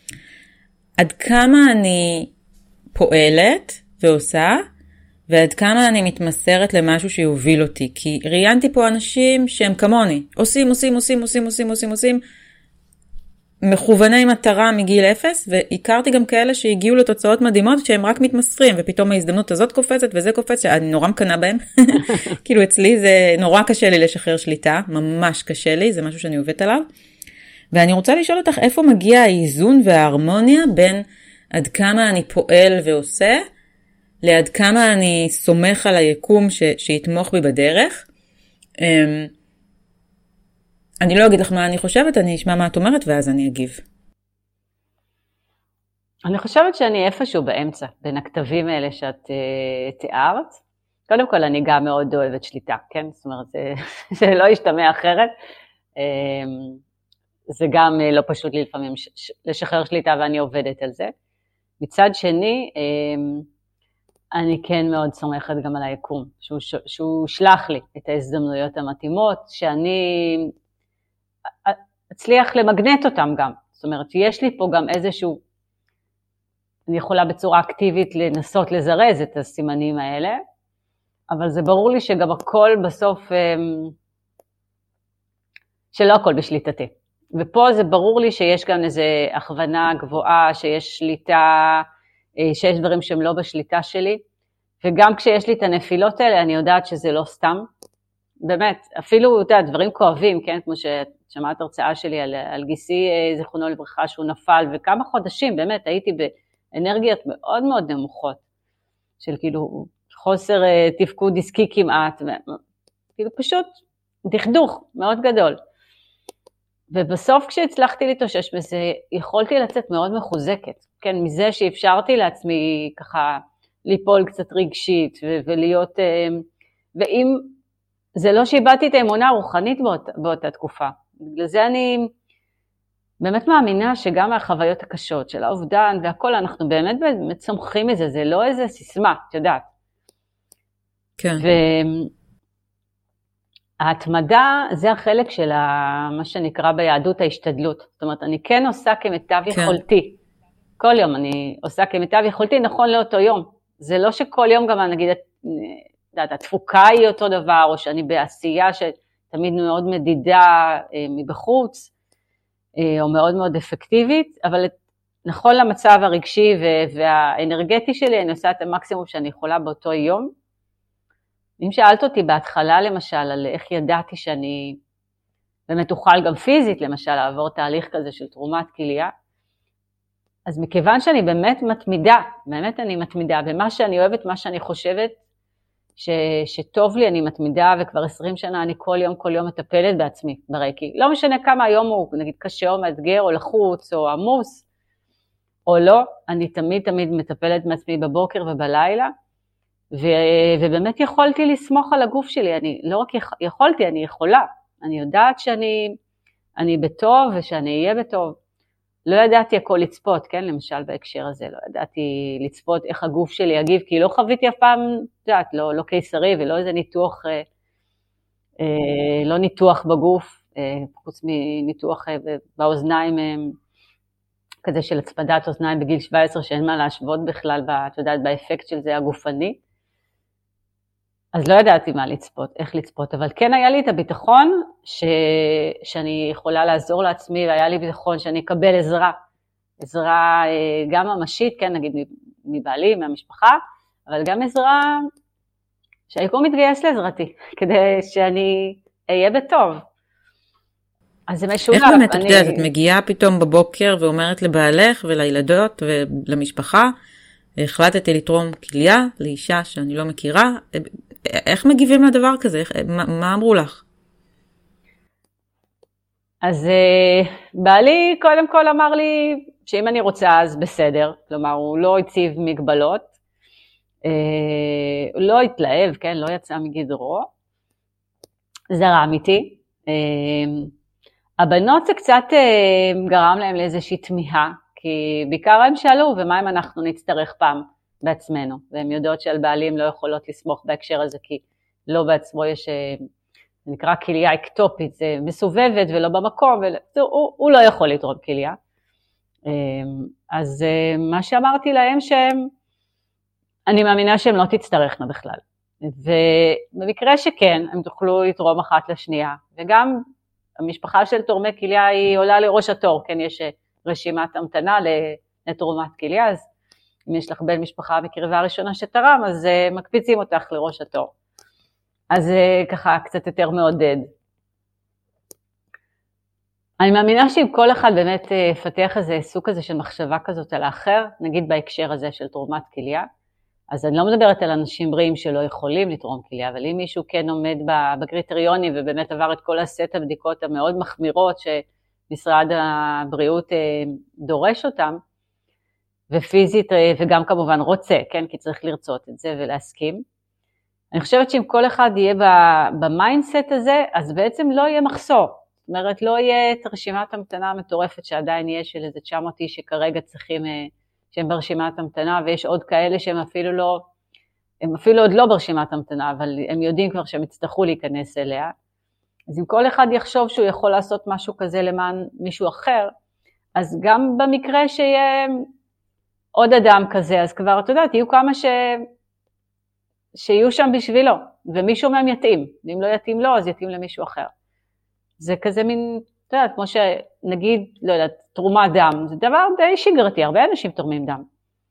עד כמה אני פועלת ועושה, ועד כמה אני מתמסרת למשהו שיוביל אותי. כי ראיינתי פה אנשים שהם כמוני, עושים, עושים, עושים, עושים, עושים, עושים, עושים, מכווני מטרה מגיל אפס, והכרתי גם כאלה שהגיעו לתוצאות מדהימות שהם רק מתמסרים, ופתאום ההזדמנות הזאת קופצת וזה קופץ, שאני נורא מקנה בהם. כאילו אצלי זה נורא קשה לי לשחרר שליטה, ממש קשה לי, זה משהו שאני עובדת עליו. ואני רוצה לשאול אותך איפה מגיע האיזון וההרמוניה בין עד כמה אני פועל ועושה, לעד כמה אני סומך על היקום ש, שיתמוך בי בדרך. אני לא אגיד לך מה אני חושבת, אני אשמע מה את אומרת, ואז אני אגיב. אני חושבת שאני איפשהו באמצע, בין הכתבים האלה שאת uh, תיארת. קודם כל, אני גם מאוד אוהבת שליטה, כן? זאת אומרת, זה, זה לא ישתמע אחרת. Um, זה גם uh, לא פשוט לי לפעמים ש- ש- לשחרר שליטה, ואני עובדת על זה. מצד שני, um, אני כן מאוד סומכת גם על היקום, שהוא, שהוא שלח לי את ההזדמנויות המתאימות, שאני אצליח למגנט אותם גם. זאת אומרת, יש לי פה גם איזשהו, אני יכולה בצורה אקטיבית לנסות לזרז את הסימנים האלה, אבל זה ברור לי שגם הכל בסוף, שלא הכל בשליטתי. ופה זה ברור לי שיש גם איזו הכוונה גבוהה, שיש שליטה, שיש דברים שהם לא בשליטה שלי, וגם כשיש לי את הנפילות האלה, אני יודעת שזה לא סתם. באמת, אפילו אתה, דברים כואבים, כן? כמו ששמעת הרצאה שלי על, על גיסי, זיכרונו לברכה, שהוא נפל, וכמה חודשים, באמת, הייתי באנרגיות מאוד מאוד נמוכות, של כאילו חוסר תפקוד עסקי כמעט, כאילו פשוט דכדוך מאוד גדול. ובסוף כשהצלחתי להתאושש בזה, יכולתי לצאת מאוד מחוזקת, כן? מזה שאפשרתי לעצמי ככה ליפול קצת רגשית, ו- ולהיות, ואם זה לא שאיבדתי את האמונה הרוחנית באות, באותה תקופה. בגלל זה אני באמת מאמינה שגם מהחוויות הקשות של האובדן והכל, אנחנו באמת באמת צומחים מזה, זה לא איזה סיסמה, את יודעת. כן. וההתמדה זה החלק של מה שנקרא ביהדות ההשתדלות. זאת אומרת, אני כן עושה כמיטב כן. יכולתי. כל יום אני עושה כמיטב יכולתי, נכון לאותו יום. זה לא שכל יום גם נגיד, יודעת, התפוקה היא אותו דבר, או שאני בעשייה שתמיד מאוד מדידה אה, מבחוץ, אה, או מאוד מאוד אפקטיבית, אבל נכון למצב הרגשי והאנרגטי שלי, אני עושה את המקסימום שאני יכולה באותו יום. אם שאלת אותי בהתחלה למשל, על איך ידעתי שאני באמת אוכל גם פיזית, למשל, לעבור תהליך כזה של תרומת כליה, אז מכיוון שאני באמת מתמידה, באמת אני מתמידה, במה שאני אוהבת, מה שאני חושבת, ש, שטוב לי, אני מתמידה, וכבר עשרים שנה אני כל יום, כל יום מטפלת בעצמי בריקי. לא משנה כמה היום הוא, נגיד, קשה או מאתגר, או לחוץ, או עמוס, או לא, אני תמיד תמיד מטפלת בעצמי בבוקר ובלילה, ו, ובאמת יכולתי לסמוך על הגוף שלי, אני לא רק יכולתי, אני יכולה, אני יודעת שאני אני בטוב ושאני אהיה בטוב. לא ידעתי הכל לצפות, כן, למשל בהקשר הזה, לא ידעתי לצפות איך הגוף שלי יגיב, כי לא חוויתי אף פעם, יודעת, לא, לא קיסרי ולא איזה ניתוח, אה, אה, לא ניתוח בגוף, אה, חוץ מניתוח אה, באוזניים, אה, כזה של הצפדת אוזניים בגיל שבע עשרה, שאין מה להשוות בכלל, את יודעת, באפקט של זה הגופני. אז לא ידעתי מה לצפות, איך לצפות, אבל כן היה לי את הביטחון ש... שאני יכולה לעזור לעצמי, והיה לי ביטחון שאני אקבל עזרה, עזרה גם ממשית, כן, נגיד מבעלי, מהמשפחה, אבל גם עזרה שהיקום מתגייס לעזרתי, כדי שאני אהיה בטוב. אז זה משולב. איך באמת, אני... את יודעת, את מגיעה פתאום בבוקר ואומרת לבעלך ולילדות ולמשפחה, החלטתי לתרום כליה לאישה שאני לא מכירה, איך מגיבים לדבר כזה? איך, מה, מה אמרו לך? אז בעלי קודם כל אמר לי שאם אני רוצה אז בסדר, כלומר הוא לא הציב מגבלות, הוא לא התלהב, כן, לא יצא מגדרו, זרם איתי. הבנות זה קצת גרם להם לאיזושהי תמיהה, כי בעיקר הם שאלו, ומה אם אנחנו נצטרך פעם בעצמנו, והן יודעות שעל בעלים לא יכולות לסמוך בהקשר הזה, כי לא בעצמו יש, זה נקרא כליה אקטופית, זה מסובבת ולא במקום, ולא, הוא, הוא לא יכול לתרום כליה. אז מה שאמרתי להם שהם, אני מאמינה שהם לא תצטרכנה בכלל, ובמקרה שכן, הם תוכלו לתרום אחת לשנייה, וגם המשפחה של תורמי כליה היא עולה לראש התור, כן, יש רשימת המתנה לתרומת כליה, אז אם יש לך בן משפחה בקרבה הראשונה שתרם, אז uh, מקפיצים אותך לראש התור. אז uh, ככה קצת יותר מעודד. אני מאמינה שאם כל אחד באמת uh, יפתח איזה סוג כזה של מחשבה כזאת על האחר, נגיד בהקשר הזה של תרומת כליה, אז אני לא מדברת על אנשים בריאים שלא יכולים לתרום כליה, אבל אם מישהו כן עומד בקריטריונים ובאמת עבר את כל הסט הבדיקות המאוד מחמירות שמשרד הבריאות uh, דורש אותם, ופיזית וגם כמובן רוצה, כן, כי צריך לרצות את זה ולהסכים. אני חושבת שאם כל אחד יהיה במיינדסט הזה, אז בעצם לא יהיה מחסור. זאת אומרת, לא יהיה את רשימת המתנה המטורפת שעדיין יש של איזה תשע מאות איש שכרגע צריכים, שהם ברשימת המתנה, ויש עוד כאלה שהם אפילו לא, הם אפילו עוד לא ברשימת המתנה, אבל הם יודעים כבר שהם יצטרכו להיכנס אליה. אז אם כל אחד יחשוב שהוא יכול לעשות משהו כזה למען מישהו אחר, אז גם במקרה שיהיה עוד אדם כזה, אז כבר, אתה יודעת, יהיו כמה ש... שיהיו שם בשבילו, ומישהו מהם יתאים, ואם לא יתאים לו, אז יתאים למישהו אחר. זה כזה מין, אתה יודעת, כמו שנגיד, לא יודעת, תרומת דם, זה דבר די שגרתי, הרבה אנשים תורמים דם.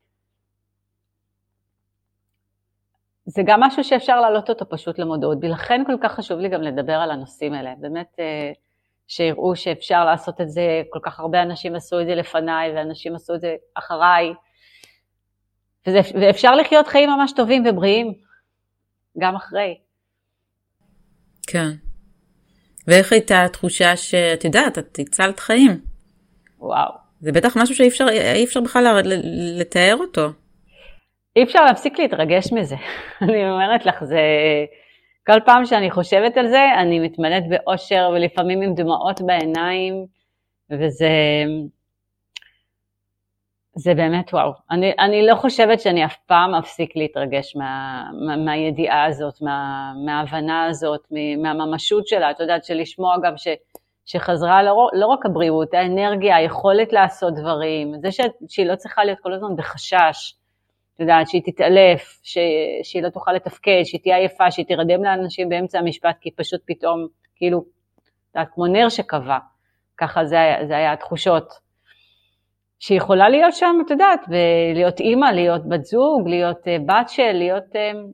זה גם משהו שאפשר להעלות אותו פשוט למודעות, ולכן כל כך חשוב לי גם לדבר על הנושאים האלה, באמת שיראו שאפשר לעשות את זה, כל כך הרבה אנשים עשו את זה לפניי, ואנשים עשו את זה אחריי, וזה, ואפשר לחיות חיים ממש טובים ובריאים, גם אחרי. כן. ואיך הייתה התחושה שאת יודעת, את הצלת חיים? וואו. זה בטח משהו שאי אפשר, אי אפשר בכלל לתאר אותו. אי אפשר להפסיק להתרגש מזה. אני אומרת לך, זה... כל פעם שאני חושבת על זה, אני מתמלאת באושר, ולפעמים עם דמעות בעיניים, וזה... זה באמת וואו. אני, אני לא חושבת שאני אף פעם אפסיק להתרגש מה, מה, מהידיעה הזאת, מה, מההבנה הזאת, מהממשות שלה. את יודעת, שלשמוע גם ש, שחזרה לא, לא רק הבריאות, האנרגיה, היכולת לעשות דברים, זה ש, שהיא לא צריכה להיות כל הזמן בחשש, את יודעת, שהיא תתעלף, ש, שהיא לא תוכל לתפקד, שהיא תהיה עייפה, שהיא תרדם לאנשים באמצע המשפט, כי פשוט פתאום, כאילו, את יודעת, כמו נר שקבע, ככה זה, זה היה התחושות. שיכולה להיות שם, את יודעת, ולהיות אימא, להיות בת זוג, להיות בת של, להיות,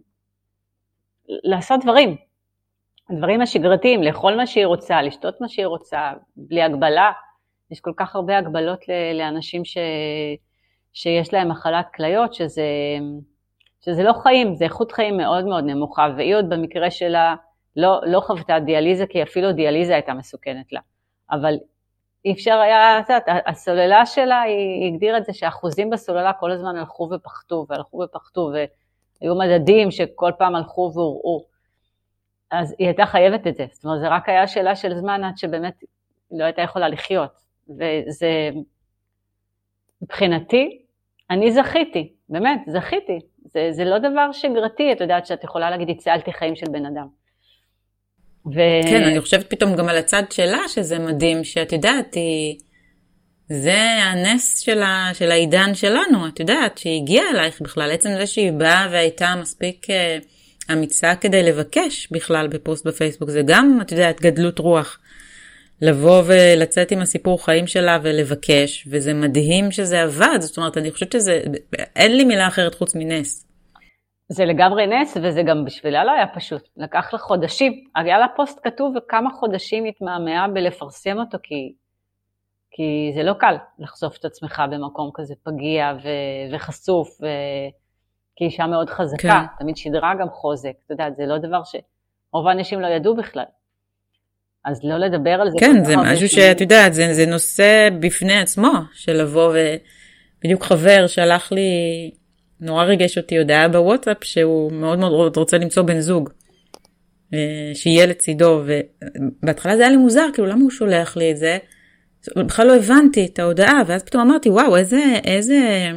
לעשות דברים, דברים השגרתיים, לאכול מה שהיא רוצה, לשתות מה שהיא רוצה, בלי הגבלה. יש כל כך הרבה הגבלות לאנשים ש, שיש להם מחלת כליות, שזה, שזה לא חיים, זה איכות חיים מאוד מאוד נמוכה, והיא עוד במקרה שלה לא, לא חוותה דיאליזה, כי אפילו דיאליזה הייתה מסוכנת לה. אבל אי אפשר היה, את יודעת, הסוללה שלה, היא הגדירה את זה שהאחוזים בסוללה כל הזמן הלכו ופחתו, והלכו ופחתו, והיו מדדים שכל פעם הלכו והוראו. אז היא הייתה חייבת את זה, זאת אומרת, זה רק היה שאלה של זמן עד שבאמת לא הייתה יכולה לחיות. וזה, מבחינתי, אני זכיתי, באמת, זכיתי. זה, זה לא דבר שגרתי, את יודעת שאת יכולה להגיד, הצלתי חיים של בן אדם. ו... כן, אני חושבת פתאום גם על הצד שלה, שזה מדהים, שאת יודעת, היא... זה הנס של, ה... של העידן שלנו, את יודעת, שהיא הגיעה אלייך בכלל, עצם זה שהיא באה והייתה מספיק uh, אמיצה כדי לבקש בכלל בפוסט בפייסבוק, זה גם, את יודעת, גדלות רוח. לבוא ולצאת עם הסיפור חיים שלה ולבקש, וזה מדהים שזה עבד, זאת אומרת, אני חושבת שזה, אין לי מילה אחרת חוץ מנס. זה לגמרי נס, וזה גם בשבילה לא היה פשוט. לקח לה חודשים, היה לה פוסט כתוב וכמה חודשים התמהמהה בלפרסם אותו, כי, כי זה לא קל לחשוף את עצמך במקום כזה פגיע ו, וחשוף, ו, כי אישה מאוד חזקה, כן. תמיד שדרה גם חוזק, אתה יודע, זה לא דבר שרוב האנשים לא ידעו בכלל. אז לא לדבר על זה. כן, זה משהו שאת יודעת, זה, זה נושא בפני עצמו, של לבוא ובדיוק חבר שלח לי, נורא ריגש אותי הודעה בוואטסאפ, שהוא מאוד מאוד רוצה למצוא בן זוג, שיהיה לצידו, ובהתחלה זה היה לי מוזר, כאילו למה הוא שולח לי את זה, בכלל לא הבנתי את ההודעה, ואז פתאום אמרתי, וואו, איזה, איזה,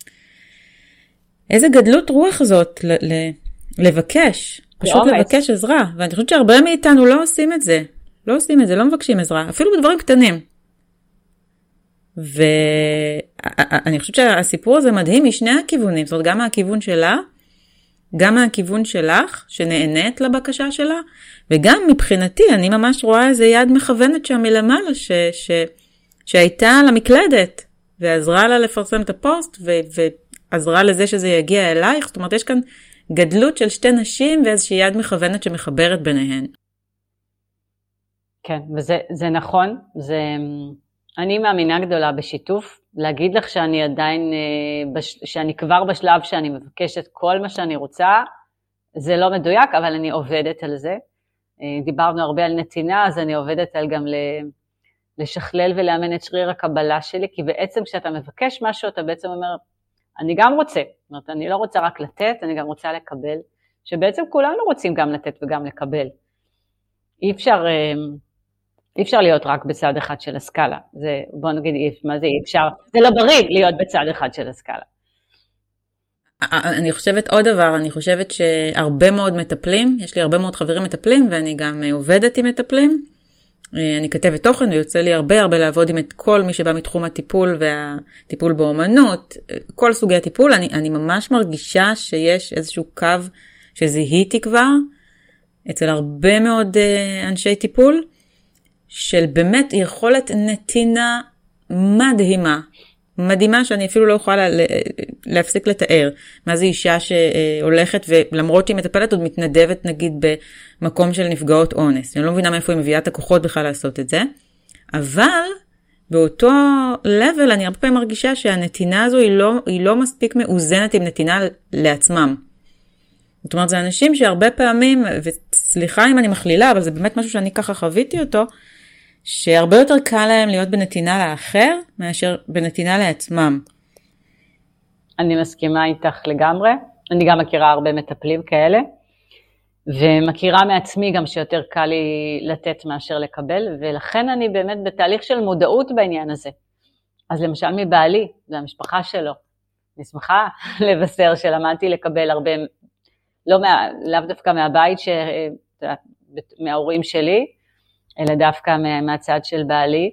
איזה גדלות רוח זאת, ל, ל, לבקש, פשוט לבקש עזרה, ואני חושבת שהרבה מאיתנו לא עושים את זה, לא עושים את זה, לא מבקשים עזרה, אפילו בדברים קטנים. ואני חושבת שהסיפור הזה מדהים משני הכיוונים, זאת אומרת, גם מהכיוון שלה, גם מהכיוון שלך, שנהנית לבקשה שלה, וגם מבחינתי, אני ממש רואה איזה יד מכוונת שם מלמעלה, ש, ש, שהייתה לה מקלדת, ועזרה לה לפרסם את הפוסט, ו, ועזרה לזה שזה יגיע אלייך, זאת אומרת, יש כאן גדלות של שתי נשים, ואיזושהי יד מכוונת שמחברת ביניהן. כן, וזה זה נכון, זה, אני מאמינה גדולה בשיתוף, להגיד לך שאני עדיין, שאני כבר בשלב שאני מבקשת כל מה שאני רוצה, זה לא מדויק, אבל אני עובדת על זה. דיברנו הרבה על נתינה, אז אני עובדת על גם לשכלל ולאמן את שריר הקבלה שלי, כי בעצם כשאתה מבקש משהו, אתה בעצם אומר, אני גם רוצה, זאת אומרת, אני לא רוצה רק לתת, אני גם רוצה לקבל, שבעצם כולנו רוצים גם לתת וגם לקבל. אי אפשר... אי אפשר להיות רק בצד אחד של הסקאלה. זה, בוא נגיד, מה זה אי אפשר? זה לא בריא להיות בצד אחד של הסקאלה. אני חושבת עוד דבר, אני חושבת שהרבה מאוד מטפלים, יש לי הרבה מאוד חברים מטפלים, ואני גם עובדת עם מטפלים. אני כתבת תוכן, ויוצא לי הרבה הרבה לעבוד עם את כל מי שבא מתחום הטיפול, והטיפול באומנות, כל סוגי הטיפול. אני, אני ממש מרגישה שיש איזשהו קו שזיהיתי כבר, אצל הרבה מאוד אנשי טיפול, של באמת יכולת נתינה מדהימה, מדהימה שאני אפילו לא יכולה להפסיק לתאר. מה זה אישה שהולכת ולמרות שהיא מטפלת עוד מתנדבת נגיד במקום של נפגעות אונס. אני לא מבינה מאיפה היא מביאה את הכוחות בכלל לעשות את זה. אבל באותו level אני הרבה פעמים מרגישה שהנתינה הזו היא לא, היא לא מספיק מאוזנת עם נתינה לעצמם. זאת אומרת, זה אנשים שהרבה פעמים, וסליחה אם אני מכלילה, אבל זה באמת משהו שאני ככה חוויתי אותו, שהרבה יותר קל להם להיות בנתינה לאחר, מאשר בנתינה לעצמם. אני מסכימה איתך לגמרי, אני גם מכירה הרבה מטפלים כאלה, ומכירה מעצמי גם שיותר קל לי לתת מאשר לקבל, ולכן אני באמת בתהליך של מודעות בעניין הזה. אז למשל מבעלי, זה המשפחה שלו, אני שמחה לבשר שלמדתי לקבל הרבה, לא מה, לאו דווקא מהבית, ש, מההורים שלי, אלא דווקא מהצד של בעלי,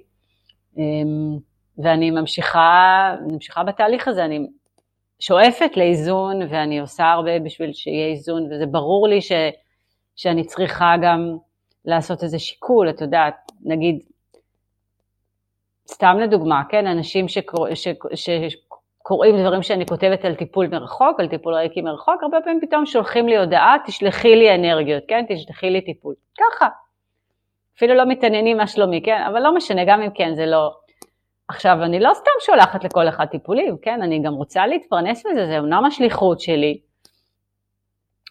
ואני ממשיכה, ממשיכה בתהליך הזה, אני שואפת לאיזון, ואני עושה הרבה בשביל שיהיה איזון, וזה ברור לי ש, שאני צריכה גם לעשות איזה שיקול, את יודעת, נגיד, סתם לדוגמה, כן, אנשים שקורא, ש, ש, קוראים דברים שאני כותבת על טיפול מרחוק, על טיפול ריקי מרחוק, הרבה פעמים פתאום שולחים לי הודעה, תשלחי לי אנרגיות, כן, תשלחי לי טיפול, ככה. אפילו לא מתעניינים מה שלומי, כן? אבל לא משנה, גם אם כן, זה לא... עכשיו, אני לא סתם שולחת לכל אחד טיפולים, כן? אני גם רוצה להתפרנס בזה, זה אומנם השליחות שלי,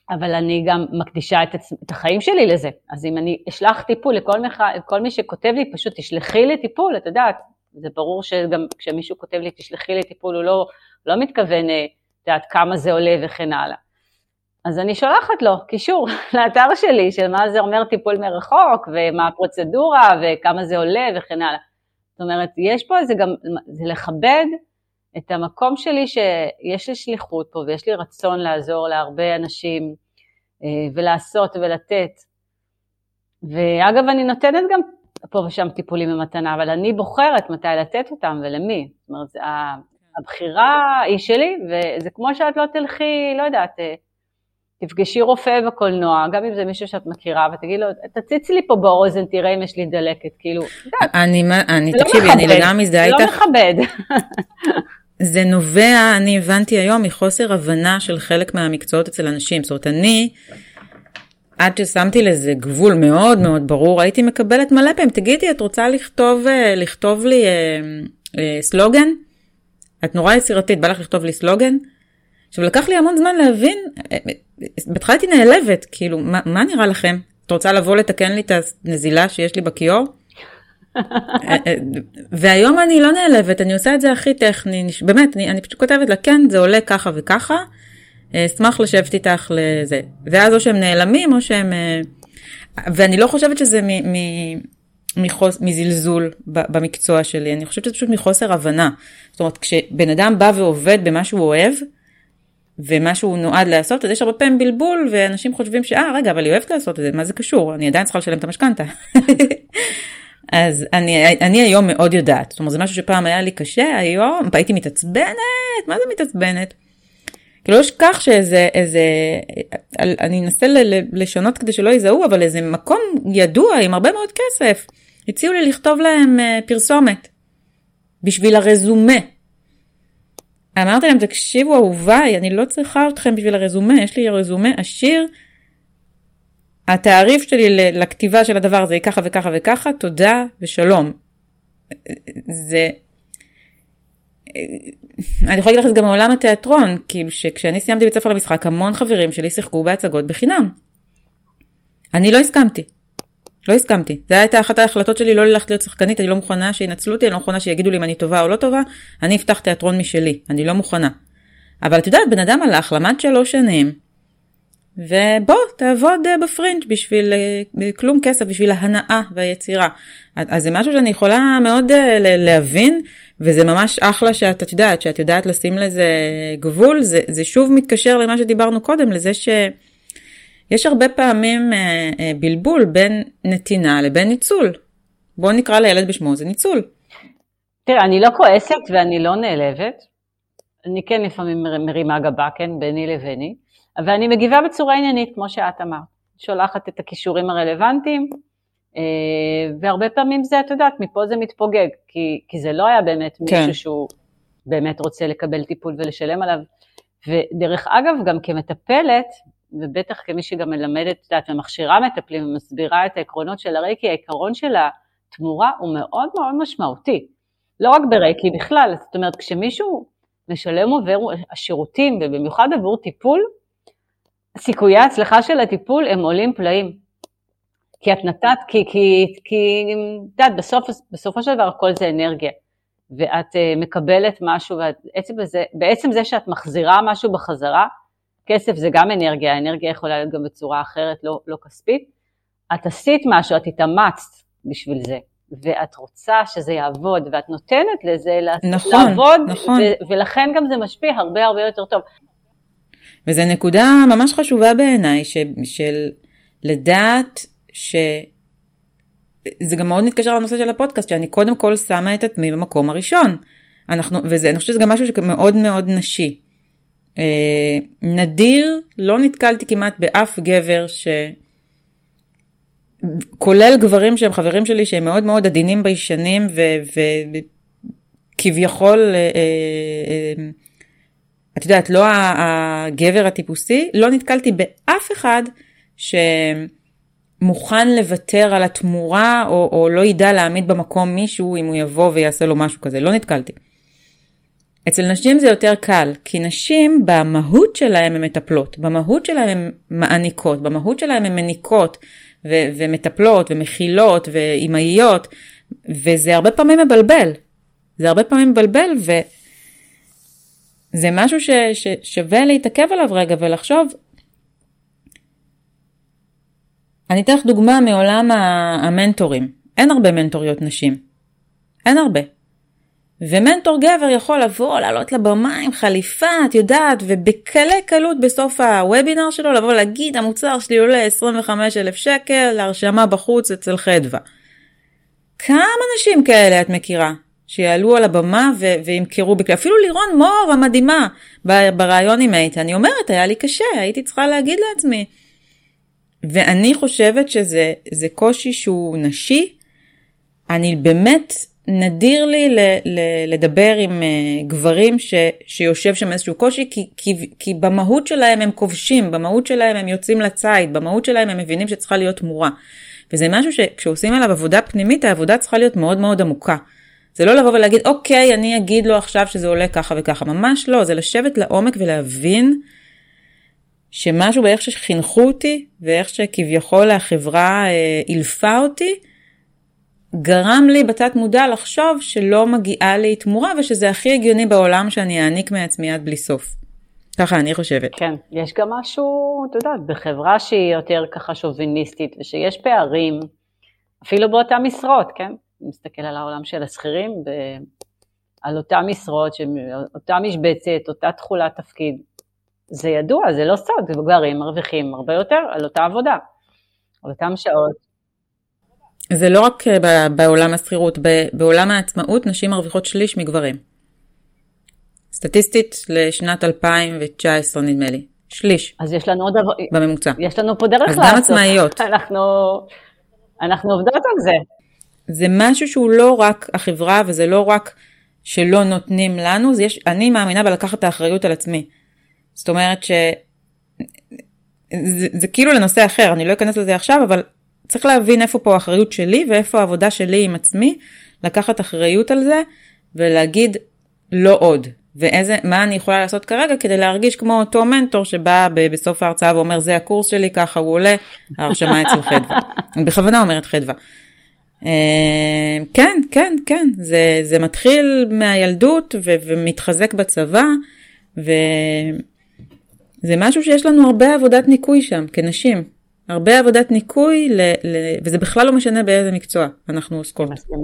אבל אני גם מקדישה את, עצ... את החיים שלי לזה. אז אם אני אשלח טיפול לכל מח... כל מי שכותב לי, פשוט תשלחי לי טיפול, את יודעת, זה ברור שגם כשמישהו כותב לי, תשלחי לי טיפול, הוא לא, לא מתכוון, את יודעת, כמה זה עולה וכן הלאה. אז אני שולחת לו קישור לאתר שלי, של מה זה אומר טיפול מרחוק, ומה הפרוצדורה, וכמה זה עולה וכן הלאה. זאת אומרת, יש פה איזה גם, זה לכבד את המקום שלי שיש לי שליחות פה, ויש לי רצון לעזור להרבה אנשים, ולעשות ולתת. ואגב, אני נותנת גם פה ושם טיפולים במתנה, אבל אני בוחרת מתי לתת אותם ולמי. זאת אומרת, הבחירה היא שלי, וזה כמו שאת לא תלכי, לא יודעת, תפגשי רופא בקולנוע, גם אם זה מישהו שאת מכירה, ותגיד לו, תציץ לי פה באוזן, תראה אם יש לי דלקת, כאילו, אני, אני, תקשיבי, אני לגמרי מזדהה איתך. זה לא מכבד. זה נובע, אני הבנתי היום, מחוסר הבנה של חלק מהמקצועות אצל אנשים. זאת אומרת, אני, עד ששמתי לזה גבול מאוד מאוד ברור, הייתי מקבלת מלא פעמים, תגידי, את רוצה לכתוב, לכתוב לי אה, אה, סלוגן? את נורא יצירתית, בא לך לכתוב לי סלוגן? עכשיו, לקח לי המון זמן להבין, בהתחלה הייתי נעלבת, כאילו, מה, מה נראה לכם? את רוצה לבוא לתקן לי את הנזילה שיש לי בכיור? והיום אני לא נעלבת, אני עושה את זה הכי טכני, באמת, אני, אני פשוט כותבת לה, כן, זה עולה ככה וככה, אשמח לשבת איתך לזה. ואז או שהם נעלמים, או שהם, ואני לא חושבת שזה מ, מ, מחוס, מזלזול במקצוע שלי, אני חושבת שזה פשוט מחוסר הבנה. זאת אומרת, כשבן אדם בא ועובד במה שהוא אוהב, ומה שהוא נועד לעשות, אז יש הרבה פעמים בלבול, ואנשים חושבים שאה, רגע, אבל היא אוהבת לעשות את זה, מה זה קשור? אני עדיין צריכה לשלם את המשכנתה. אז אני, אני היום מאוד יודעת, זאת אומרת, זה משהו שפעם היה לי קשה, היום הייתי מתעצבנת, מה זה מתעצבנת? כאילו יש כך שאיזה, איזה, אני אנסה לשנות כדי שלא יזהו, אבל איזה מקום ידוע עם הרבה מאוד כסף, הציעו לי לכתוב להם פרסומת, בשביל הרזומה. אמרתי להם, תקשיבו אהוביי, אני לא צריכה אתכם בשביל הרזומה, יש לי רזומה עשיר, התעריף שלי לכתיבה של הדבר הזה היא ככה וככה וככה, תודה ושלום. זה, אני יכולה להגיד לך גם מעולם התיאטרון, כאילו שכשאני סיימתי בית ספר למשחק, המון חברים שלי שיחקו בהצגות בחינם. אני לא הסכמתי. לא הסכמתי. זה הייתה אחת ההחלטות שלי לא ללכת להיות שחקנית, אני לא מוכנה שינצלו אותי, אני לא מוכנה שיגידו לי אם אני טובה או לא טובה, אני אפתח תיאטרון משלי, אני לא מוכנה. אבל את יודעת, בן אדם הלך, למד שלוש שנים, ובוא, תעבוד בפרינג' בשביל כלום כסף, בשביל ההנאה והיצירה. אז זה משהו שאני יכולה מאוד להבין, וזה ממש אחלה שאת, את יודעת, שאת יודעת לשים לזה גבול, זה, זה שוב מתקשר למה שדיברנו קודם, לזה שיש הרבה פעמים בלבול בין נתינה לבין ניצול. בוא נקרא לילד בשמו, זה ניצול. תראה, אני לא כועסת ואני לא נעלבת, אני כן לפעמים מרימה גבה, כן, ביני לביני, אבל אני מגיבה בצורה עניינית, כמו שאת אמרת, שולחת את הכישורים הרלוונטיים, והרבה פעמים זה, את יודעת, מפה זה מתפוגג, כי, כי זה לא היה באמת כן. מישהו שהוא באמת רוצה לקבל טיפול ולשלם עליו, ודרך אגב, גם כמטפלת, ובטח כמי שגם מלמדת, את יודעת, ומכשירה מטפלים ומסבירה את העקרונות של הריקי, העיקרון של התמורה הוא מאוד מאוד משמעותי, לא רק בריקי בכלל, זאת אומרת, כשמישהו משלם עבור השירותים, ובמיוחד עבור טיפול, סיכויי ההצלחה של הטיפול הם עולים פלאים. כי את נתת, כי, כי, כי, את יודעת, בסוף, בסופו של דבר כל זה אנרגיה. ואת uh, מקבלת משהו, ובעצם זה, בעצם זה שאת מחזירה משהו בחזרה, כסף זה גם אנרגיה, האנרגיה יכולה להיות גם בצורה אחרת, לא, לא כספית. את עשית משהו, את התאמצת בשביל זה. ואת רוצה שזה יעבוד, ואת נותנת לזה נכון, לעבוד, נכון. ו- ולכן גם זה משפיע הרבה הרבה יותר טוב. וזו נקודה ממש חשובה בעיניי, ש- של לדעת ש... זה גם מאוד מתקשר לנושא של הפודקאסט, שאני קודם כל שמה את עצמי במקום הראשון. אנחנו, וזה, אני חושבת שזה גם משהו שמאוד מאוד נשי. אה, נדיר, לא נתקלתי כמעט באף גבר ש... כולל גברים שהם חברים שלי, שהם מאוד מאוד עדינים בישנים, וכביכול, ו... אה, אה, את יודעת, לא הגבר הטיפוסי, לא נתקלתי באף אחד שמוכן לוותר על התמורה, או, או לא ידע להעמיד במקום מישהו, אם הוא יבוא ויעשה לו משהו כזה, לא נתקלתי. אצל נשים זה יותר קל, כי נשים במהות שלהם הן מטפלות, במהות שלהם הן מעניקות, במהות שלהם הן מניקות ו- ומטפלות ומכילות ואימהיות, וזה הרבה פעמים מבלבל, זה הרבה פעמים מבלבל, וזה משהו ששווה להתעכב עליו רגע ולחשוב. אני אתן לך דוגמה מעולם המנטורים, אין הרבה מנטוריות נשים, אין הרבה. ומנטור גבר יכול לבוא, לעלות לבמה עם חליפה, את יודעת, ובקלי קלות בסוף הוובינר שלו, לבוא להגיד, המוצר שלי עולה עשרים וחמישה אלף שקל, להרשמה בחוץ אצל חדווה. כמה נשים כאלה את מכירה, שיעלו על הבמה ו- וימכרו בכלי, אפילו לירון מור המדהימה, ברעיון עם איתה, אני אומרת, היה לי קשה, הייתי צריכה להגיד לעצמי. ואני חושבת שזה זה קושי שהוא נשי, אני באמת, נדיר לי ל, ל, לדבר עם uh, גברים ש, שיושב שם איזשהו קושי, כי, כי, כי במהות שלהם הם כובשים, במהות שלהם הם יוצאים לצייד, במהות שלהם הם מבינים שצריכה להיות תמורה. וזה משהו שכשעושים עליו עבודה פנימית, העבודה צריכה להיות מאוד מאוד עמוקה. זה לא לבוא ולהגיד, אוקיי, אני אגיד לו עכשיו שזה עולה ככה וככה. ממש לא, זה לשבת לעומק ולהבין שמשהו באיך שחינכו אותי, ואיך שכביכול החברה אה, אילפה אותי, גרם לי בתת מודע לחשוב שלא מגיעה לי תמורה, ושזה הכי הגיוני בעולם שאני אעניק מעצמי עד בלי סוף. ככה אני חושבת. כן, יש גם משהו, אתה יודעת, בחברה שהיא יותר ככה שוביניסטית, ושיש פערים, אפילו באותה משרות, כן? מסתכל על העולם של השכירים, על אותה משרות, אותה משבצת, אותה תחולת תפקיד. זה ידוע, זה לא סוד, גברים מרוויחים הרבה יותר על אותה עבודה, על אותם שעות. זה לא רק בעולם השכירות, בעולם העצמאות נשים מרוויחות שליש מגברים. סטטיסטית לשנת אלפיים תשע עשרה נדמה לי. שליש. אז יש לנו עוד עבוד... בממוצע. יש לנו פה דרך לעשות. אז גם עצמאיות. אנחנו, אנחנו עובדות על זה. זה משהו שהוא לא רק החברה, וזה לא רק שלא נותנים לנו, זה יש, אני מאמינה בלקחת את האחריות על עצמי. זאת אומרת ש... זה, זה כאילו לנושא אחר, אני לא אכנס לזה עכשיו, אבל צריך להבין איפה פה האחריות שלי, ואיפה העבודה שלי עם עצמי, לקחת אחריות על זה, ולהגיד לא עוד. ואיזה, מה אני יכולה לעשות כרגע, כדי להרגיש כמו אותו מנטור, שבא בסוף ההרצאה ואומר, זה הקורס שלי, ככה הוא עולה, ההרשמה אצל חדווה. אני בכוונה אומרת חדווה. כן, כן, כן, זה, זה מתחיל מהילדות, ו- ומתחזק בצבא, וזה משהו שיש לנו הרבה עבודת ניקוי שם, כנשים. הרבה עבודת ניקוי, ל- ל- וזה בכלל לא משנה באיזה מקצוע אנחנו עוסקות.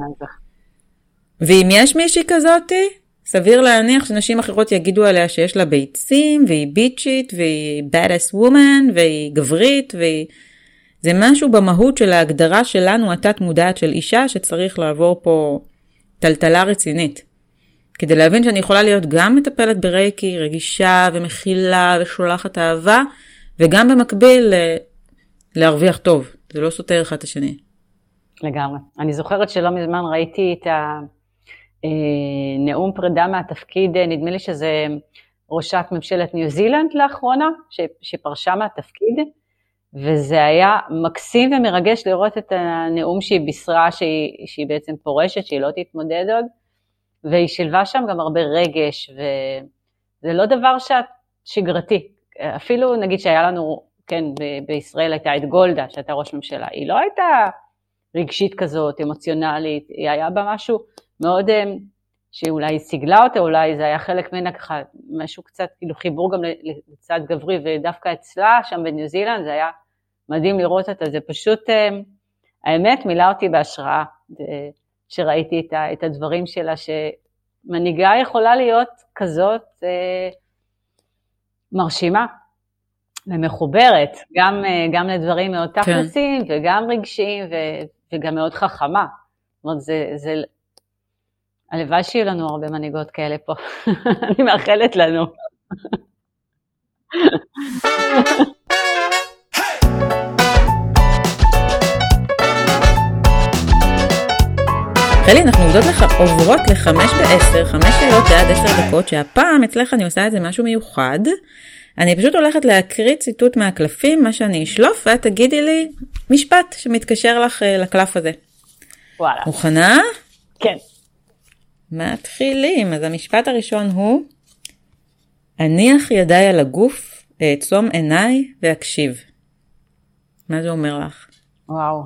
ואם יש מישהי כזאת, סביר להניח שנשים אחרות יגידו עליה שיש לה ביצים, והיא ביצ'ית, והיא badass woman, והיא גברית, והיא... זה משהו במהות של ההגדרה שלנו, התת מודעת של אישה, שצריך לעבור פה טלטלה רצינית. כדי להבין שאני יכולה להיות גם מטפלת ברייקי, רגישה ומכילה ושולחת אהבה, וגם במקביל להרוויח טוב. זה לא סותר אחד את השני. לגמרי. אני זוכרת שלא מזמן ראיתי את הנאום פרידה מהתפקיד, נדמה לי שזה ראשת ממשלת ניו זילנד לאחרונה, שפרשה מהתפקיד, וזה היה מקסים ומרגש לראות את הנאום שהיא בישרה, שהיא, שהיא בעצם פורשת, שהיא לא תתמודד עוד, והיא שילבה שם גם הרבה רגש, וזה לא דבר שאת שגרתי. אפילו נגיד שהיה לנו, כן, ב- בישראל הייתה את גולדה, שהייתה ראש ממשלה, היא לא הייתה רגשית כזאת, אמוציונלית, היא היה בה משהו מאוד, שאולי סיגלה אותה, אולי זה היה חלק ממנה ככה, משהו קצת, כאילו חיבור גם לצד גברי, ודווקא אצלה, שם בניו זילנד, זה היה מדהים לראות אותה, זה פשוט, האמת, מילה אותי בהשראה, שראיתי את, את הדברים שלה, שמנהיגה יכולה להיות כזאת מרשימה, ומחוברת, גם, גם לדברים מאוד תכלסים, כן. וגם רגשיים, ו, וגם מאוד חכמה. זאת אומרת, זה, זה, הלוואי שיהיו לנו הרבה מנהיגות כאלה פה. אני מאחלת לנו. חלי, אנחנו עובדות לח... עוברות לחמש בעשר, חמש שאלות עד עשר דקות, שהפעם אצלך אני עושה את זה משהו מיוחד. אני פשוט הולכת להקריא ציטוט מהקלפים, מה שאני אשלוף, ואת תגידי לי משפט שמתקשר לך לקלף הזה. וואלה. מוכנה? כן. מתחילים. אז המשפט הראשון הוא, אניח ידיי על הגוף, אעצום עיניי ואקשיב. מה זה אומר לך? וואו.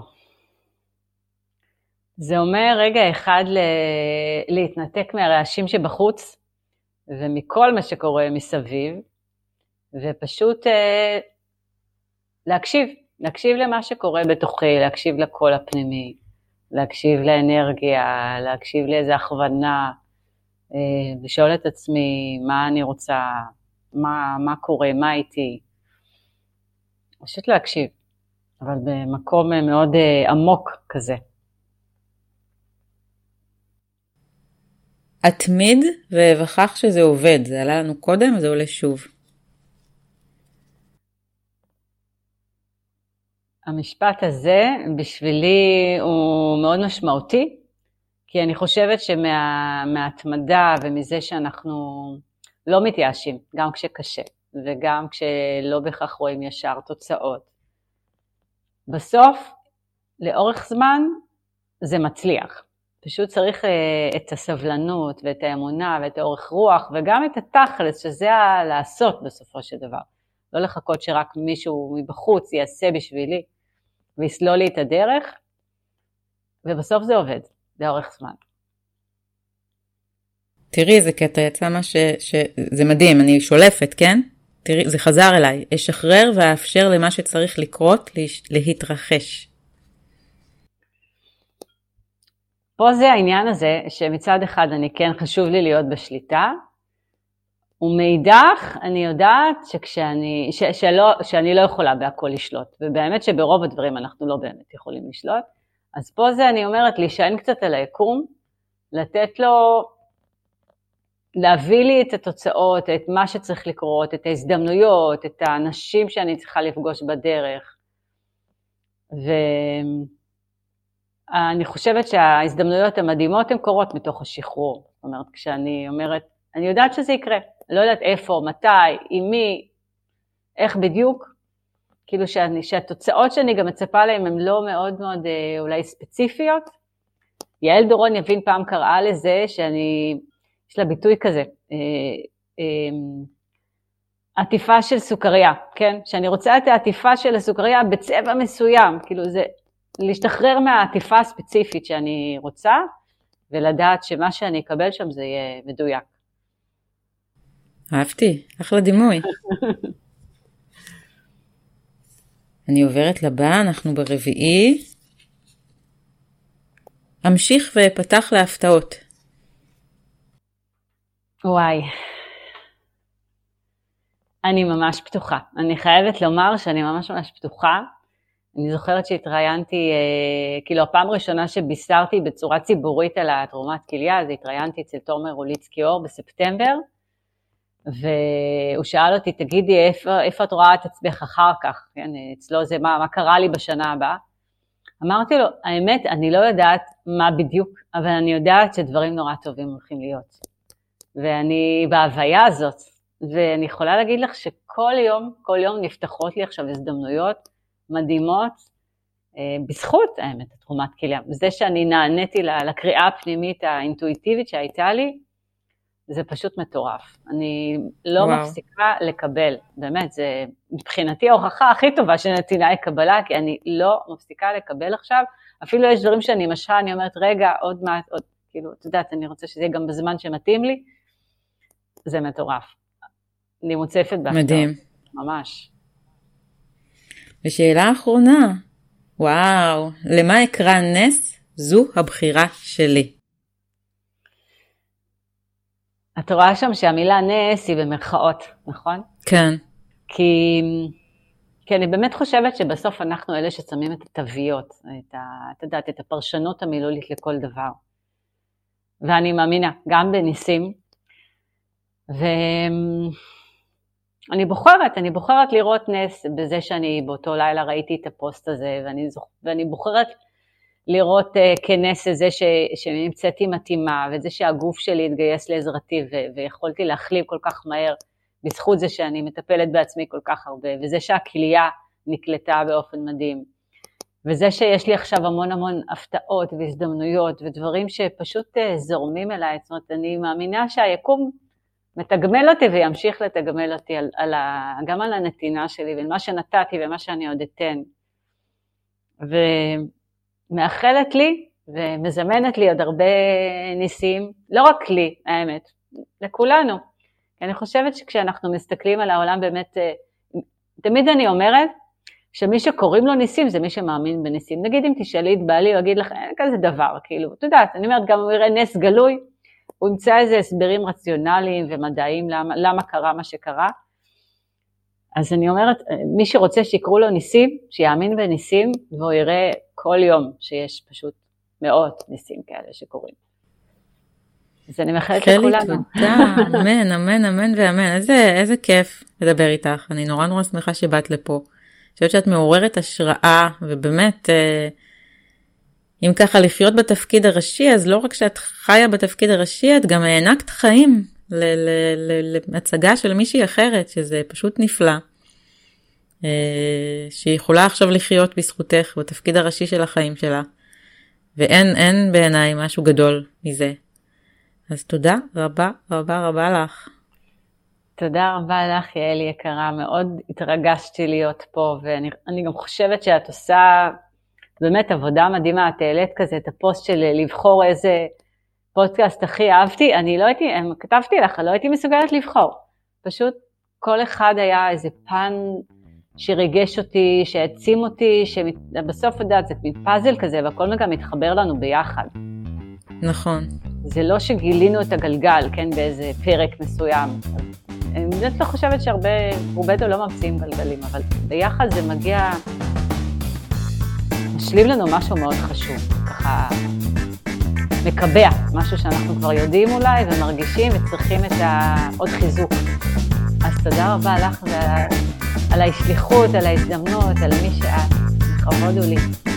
זה אומר רגע אחד ל- להתנתק מהרעשים שבחוץ, ומכל מה שקורה מסביב, ופשוט אה, להקשיב, להקשיב למה שקורה בתוכי, להקשיב לקול הפנימי, להקשיב לאנרגיה, להקשיב לאיזו הכוונה, אה, לשאול את עצמי מה אני רוצה, מה, מה קורה, מה איתי, פשוט להקשיב, אבל במקום מאוד אה, עמוק כזה. התמיד ואבחח שזה עובד, זה עלה לנו קודם, זה עולה שוב. המשפט הזה בשבילי הוא מאוד משמעותי, כי אני חושבת שמההתמדה ומזה שאנחנו לא מתייאשים, גם כשקשה וגם כשלא בכך רואים ישר תוצאות. בסוף, לאורך זמן, זה מצליח. פשוט צריך את הסבלנות ואת האמונה ואת האורך רוח וגם את התכלס, שזה לעשות בסופו של דבר. לא לחכות שרק מישהו מבחוץ יעשה בשבילי ויסלול לי את הדרך, ובסוף זה עובד, לאורך זמן. תראי, איזה קטע יצא מה ש... ש... זה מדהים, אני שולפת, כן? תראי, זה חזר אליי. אשחרר ואאפשר למה שצריך לקרות, להתרחש. פה זה העניין הזה, שמצד אחד אני כן חשוב לי להיות בשליטה, ומאידך אני יודעת שכשאני, ש, שלא, שאני לא יכולה בהכל לשלוט, ובאמת שברוב הדברים אנחנו לא באמת יכולים לשלוט, אז פה זה אני אומרת להישען קצת על היקום, לתת לו, להביא לי את התוצאות, את מה שצריך לקרות, את ההזדמנויות, את האנשים שאני צריכה לפגוש בדרך, ואני חושבת שההזדמנויות המדהימות הן קורות מתוך השחרור, זאת אומרת כשאני אומרת, אני יודעת שזה יקרה, לא יודעת איפה, מתי, עם מי, איך בדיוק, כאילו שאני, שהתוצאות שאני גם מצפה להם הן לא מאוד מאוד אה, אולי ספציפיות. יעל דורון יבין פעם קראה לזה שאני, יש לה ביטוי כזה, אה, אה, עטיפה של סוכריה, כן? שאני רוצה את העטיפה של הסוכריה בצבע מסוים, כאילו זה להשתחרר מהעטיפה הספציפית שאני רוצה, ולדעת שמה שאני אקבל שם זה יהיה מדויק. אהבתי, אחלה דימוי. אני עוברת לבא, אנחנו ברביעי. אמשיך ופתח להפתעות. וואי. אני ממש פתוחה. אני חייבת לומר שאני ממש ממש פתוחה. אני זוכרת שהתראיינתי, אה, כאילו הפעם הראשונה שבישרתי בצורה ציבורית על התרומת כליה, אז התראיינתי אצל תומר רוליצקי אור בספטמבר, והוא שאל אותי, תגידי, איפה, איפה את רואה את עצמך אחר כך? כן, אצלו זה מה, מה קרה לי בשנה הבאה? אמרתי לו, האמת, אני לא יודעת מה בדיוק, אבל אני יודעת שדברים נורא טובים הולכים להיות. ואני בהוויה הזאת, ואני יכולה להגיד לך שכל יום, כל יום נפתחות לי עכשיו הזדמנויות מדהימות, בזכות האמת, תרומת כליה. זה שאני נעניתי לקריאה הפנימית האינטואיטיבית שהייתה לי, זה פשוט מטורף. אני לא וואו. מפסיקה לקבל, באמת, זה מבחינתי ההוכחה הכי טובה שנתינה לקבלה, כי אני לא מפסיקה לקבל עכשיו, אפילו יש דברים שאני משכה, אני אומרת, רגע, עוד מעט, עוד, כאילו, את יודעת, אני רוצה שזה יהיה גם בזמן שמתאים לי, זה מטורף. אני מוצפת בהפתעות. מדהים. ממש. ושאלה האחרונה, וואו, למה אקרא נס? זו הבחירה שלי. את רואה שם שהמילה נס היא במרכאות, נכון? כן. כי, כי אני באמת חושבת שבסוף אנחנו אלה ששמים את התוויות, את, ה, את, יודעת, את הפרשנות המילולית לכל דבר. ואני מאמינה, גם בניסים. ואני בוחרת, אני בוחרת לראות נס בזה שאני באותו לילה ראיתי את הפוסט הזה, ואני, זוכ... ואני בוחרת לראות uh, כנס הזה ש... שנמצאתי מתאימה, וזה שהגוף שלי התגייס לעזרתי, ו... ויכולתי להחלים כל כך מהר, בזכות זה שאני מטפלת בעצמי כל כך הרבה, וזה שהכליה נקלטה באופן מדהים. וזה שיש לי עכשיו המון המון הפתעות והזדמנויות ודברים שפשוט זורמים אליי, זאת אומרת, אני מאמינה שהיקום מתגמל אותי וימשיך לתגמל אותי על, על ה, גם על הנתינה שלי ומה שנתתי ומה שאני עוד אתן. ומאחלת לי ומזמנת לי עוד הרבה ניסים, לא רק לי, האמת, לכולנו. כי אני חושבת שכשאנחנו מסתכלים על העולם באמת, תמיד אני אומרת, שמי שקוראים לו ניסים זה מי שמאמין בניסים. נגיד אם תשאלי את בעלי, הוא יגיד לך, אין כזה דבר, כאילו, אתה יודעת, אני אומרת, גם הוא יראה נס גלוי, הוא ימצא איזה הסברים רציונליים ומדעיים למה, למה קרה מה שקרה. אז אני אומרת, מי שרוצה שיקראו לו ניסים, שיאמין בניסים, והוא יראה כל יום שיש פשוט מאות ניסים כאלה שקורים. אז אני מאחלת לכולנו. חלי, תודה, אמן, אמן, אמן ואמן. איזה, איזה כיף לדבר איתך. אני נורא נורא שמחה שבאת לפה. אני חושבת שאת מעוררת השראה, ובאמת, אם ככה לחיות בתפקיד הראשי, אז לא רק שאת חיה בתפקיד הראשי, את גם הענקת חיים להצגה של מישהי אחרת, שזה פשוט נפלא. שהיא יכולה עכשיו לחיות בזכותך בתפקיד הראשי של החיים שלה. ואין, אין בעיניי משהו גדול מזה. אז תודה רבה רבה רבה לך. תודה רבה לך, יעלי יקרה, מאוד התרגשתי להיות פה, ואני אני גם חושבת שאת עושה באמת עבודה מדהימה, את העלית כזה את הפוסט של לבחור איזה פודקאסט הכי אהבתי, אני לא הייתי, כתבתי לך, לא הייתי מסוגלת לבחור, פשוט כל אחד היה איזה פן שריגש אותי, שהעצים אותי, שבסוף יודעת, זה פאזל כזה, והכל גם מתחבר לנו ביחד. נכון. זה לא שגילינו את הגלגל, כן, באיזה פרק מסוים. אני באמת לא חושבת שהרבה, רובנו לא ממציאים גלגלים, אבל ביחד זה מגיע, משלים לנו משהו מאוד חשוב, ככה מקבע, משהו שאנחנו כבר יודעים אולי ומרגישים וצריכים את העוד חיזוק. אז תודה רבה לך ועל, על ההשליחות, על ההזדמנות, על מי שאת, לכבוד הוא לי.